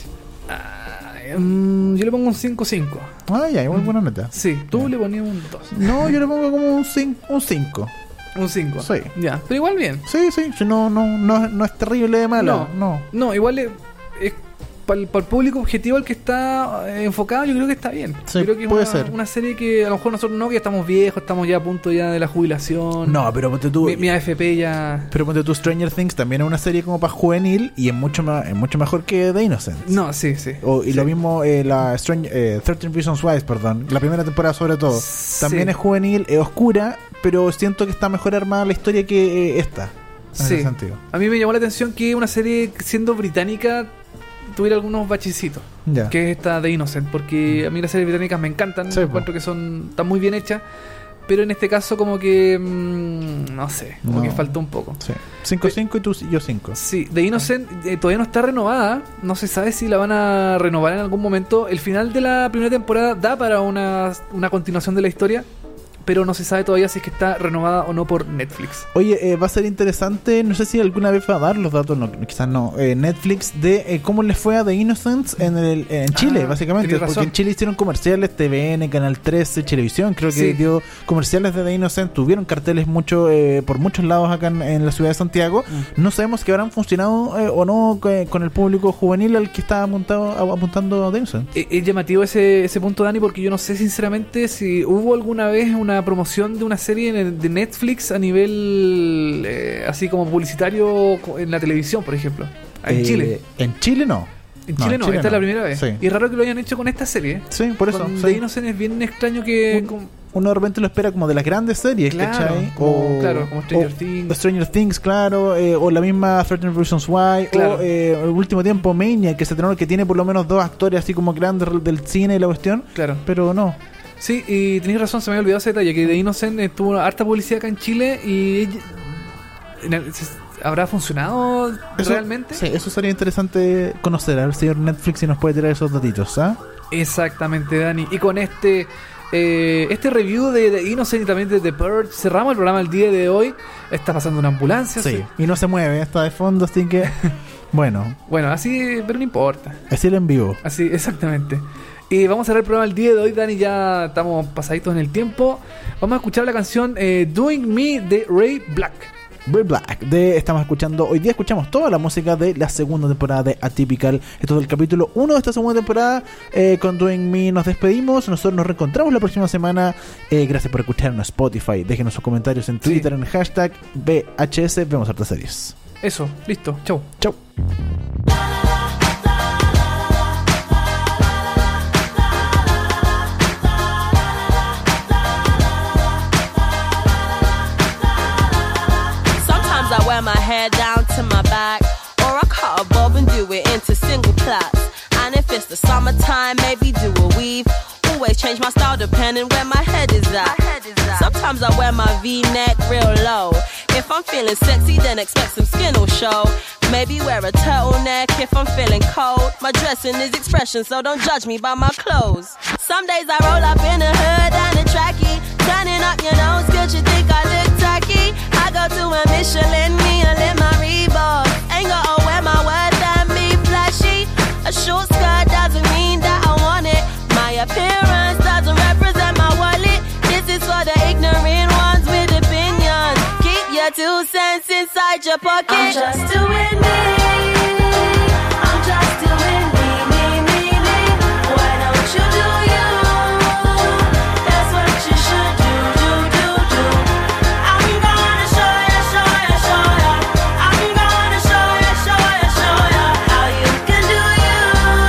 Um, yo le pongo un cinco cinco. Ah, ya, igual buena nota. Sí, tú le ponías un dos. No, yo le pongo como un cinco. Un cinco. Un cinco. Sí. Ya, pero igual bien. Sí, sí, no, no, no, no es terrible de malo. No, no, no igual es, es para el, para el público objetivo al que está eh, enfocado, yo creo que está bien. Sí, yo creo que puede es una, ser. una serie que a lo mejor nosotros no, que estamos viejos, estamos ya a punto ya de la jubilación. No, pero ponte tú. Mi, mi A F P ya. Pero ponte tú, Stranger Things también es una serie como para juvenil y es mucho más, es mucho mejor que The Innocents. No, sí, sí. O, y sí. lo mismo eh, la Stranger, eh, thirteen Reasons Why, perdón. La primera temporada sobre todo. Sí. También es juvenil, es oscura, pero siento que está mejor armada la historia que eh, esta. En sí. ese sentido. A mí me llamó la atención que una serie siendo británica tuviera algunos bachecitos, ya. que es esta de Innocent, porque a mí las series británicas me encantan, sí, encuentro que son están muy bien hechas, pero en este caso como que mmm, no sé, como no. que faltó un poco. Sí. cinco cinco y tú y yo cinco. Sí, The Innocent eh, todavía no está renovada, no se sabe si la van a renovar en algún momento. El final de la primera temporada da para una, una continuación de la historia, pero no se sabe todavía si es que está renovada o no por Netflix. Oye, eh, va a ser interesante, no sé si alguna vez va a dar los datos, no, quizás no, eh, Netflix, de eh, cómo les fue a The Innocents en, el, en Chile, ah, básicamente. Porque razón. En Chile hicieron comerciales, T V N, Canal trece, Televisión, creo que sí. dio comerciales de The Innocent, tuvieron carteles mucho eh, por muchos lados acá en, en la ciudad de Santiago. Mm. No sabemos si habrán funcionado eh, o no eh, con el público juvenil al que está apuntado, apuntando a The Innocent. Es, es llamativo ese, ese punto, Dani, porque yo no sé sinceramente si hubo alguna vez una promoción de una serie de Netflix a nivel eh, así como publicitario en la televisión, por ejemplo, en eh, Chile. En Chile no. En Chile no, no, en Chile esta no. es la primera vez. Sí. Y es raro que lo hayan hecho con esta serie. Sí, por eso. Con sí. The Innocent es bien extraño que... Un, con... Uno de repente lo espera como de las grandes series, claro, ¿cachai? Como, o, claro, como Stranger o, Things. Stranger Things, claro. Eh, o la misma thirteen Reasons Why. Claro. O eh, el último tiempo Maniac, que se estrenó, que tiene por lo menos dos actores así como grandes del cine y la cuestión. Claro. Pero no. Sí, y tenéis razón, se me había olvidado ese detalle, que The Innocent tuvo harta publicidad acá en Chile y ¿habrá funcionado eso, realmente? Sí, eso sería interesante conocer, a ver señor Netflix si nos puede tirar esos datitos, ¿ah? Exactamente, Dani. Y con este eh, este review de The Innocent y también de The Purge cerramos el programa el día de hoy. Está pasando una ambulancia. Sí, sí. Y no se mueve, está de fondo, así que bueno. Bueno, así, pero no importa. Así el en vivo. Así, exactamente. Y vamos a cerrar el programa el día de hoy, Dani, ya estamos pasaditos en el tiempo. Vamos a escuchar la canción eh, Doing Me de Ray Black. Ray Black, de, estamos escuchando, hoy día escuchamos toda la música de la segunda temporada de Atypical. Esto es el capítulo uno de esta segunda temporada. eh, Con Doing Me nos despedimos. Nosotros nos reencontramos la próxima semana. eh, Gracias por escucharnos en Spotify. Déjenos sus comentarios en Twitter, sí. en el hashtag V H S. Vemos hartas series. Eso, listo, chau. Chau. I wear my hair down to my back, or I cut a bob and do it into single plaits. And if it's the summertime, maybe do a weave. Always change my style depending where my head is at. Head is at. Sometimes I wear my V-neck real low. If I'm feeling sexy, then expect some skin will show. Maybe wear a turtleneck if I'm feeling cold. My dressing is expression, so don't judge me by my clothes. Some days I roll up in a hood and a trackie. Turning up your nose, good, you think I look tacky? I go to a Michelin, me and let my Reebok. Ain't gotta wear my words and be flashy. A short skirt doesn't mean that I want it. My appearance doesn't represent my wallet. This is for the ignorant ones with opinions. Keep your two cents inside your pocket. I'm just doing me. I'm just doing me, me, me, me. Why don't you do you? That's what you should do, do, do, do. I'm gonna show ya, show ya, show ya. I'm gonna show ya, show ya, show ya how you can do you.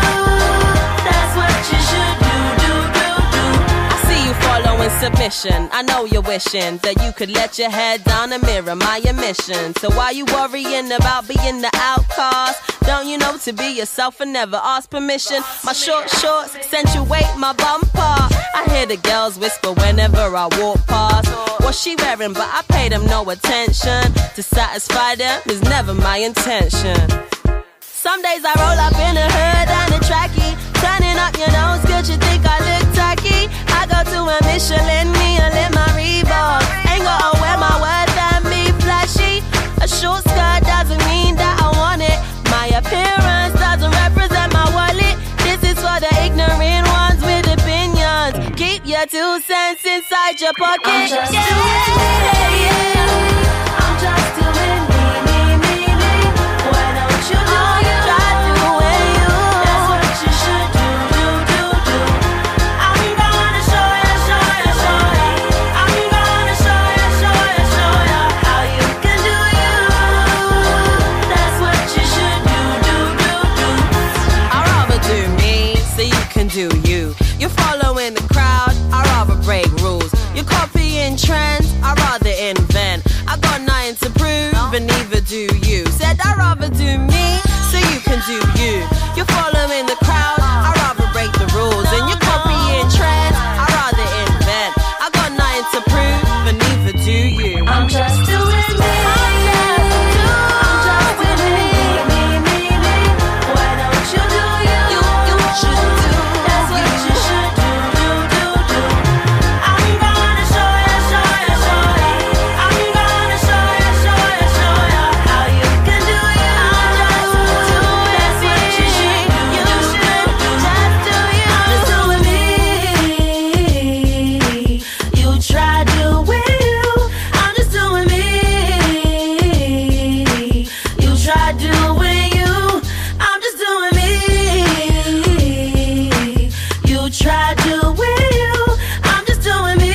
That's what you should do, do, do, do. I see you following submission. I know you're wishing that you could let your head down and mirror my admission. So why you worrying about being the outcast? Don't you know to be yourself and never ask permission? My short shorts accentuate my bumper. I hear the girls whisper whenever I walk past. What's she wearing? But I pay them no attention. To satisfy them is never my intention. Some days I roll up in a hood and a trackie. Turning up your nose, good, you think I look tacky? I go to a Michelin, me and let my Reebok. Ain't gotta wear my words and be flashy. A short skirt doesn't mean that I want it. My appearance doesn't represent my wallet. This is for the ignorant ones with opinions. Keep your two cents inside your pocket. I'm just yeah, doing yeah. I'm just doing me, me, me, me. Why don't you do oh, you? Try doing you. That's what you should do, do, do, do. I'm gonna show ya, show ya, show ya. I'm gonna show ya, show ya, show ya how you can do you. That's what you should do, do, do, do. I'd rather do me so you can do you. You're following the crowd, I'd rather break rules. You're copying trends, I'd rather invent. I got nothing to prove, and neither do you. Said I'd rather do me, so you can do you. You're following the crowd, I'd rather break the rules. And you're copying trends, I'd rather invent. I got nothing to prove, and neither do you. I'm just doing me. I'm just doing me, me, me, me. Why don't you do you? You, you should do. That's what you should do, do, do, do. I'm gonna show ya, show ya, show ya. I'm gonna show ya, show ya, show ya how you can do you. I'm just doing that's what you should do. You should just do you. I'm just doing me. You try doing you. I'm just doing me. You try doing you. I'm just doing me. You try doing you. I'm just doing me.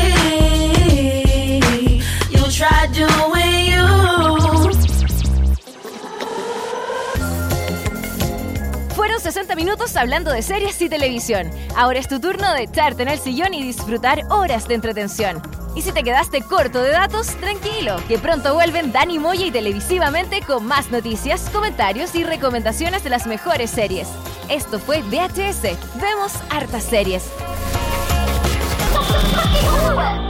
You try doing you. Fueron sesenta minutos hablando de series y televisión. Ahora es tu turno de echarte en el sillón y disfrutar horas de entretención. Y si te quedaste corto de datos, tranquilo, que pronto vuelven Dani Moya y Televisivamente con más noticias, comentarios y recomendaciones de las mejores series. Esto fue V H S. Vemos hartas series.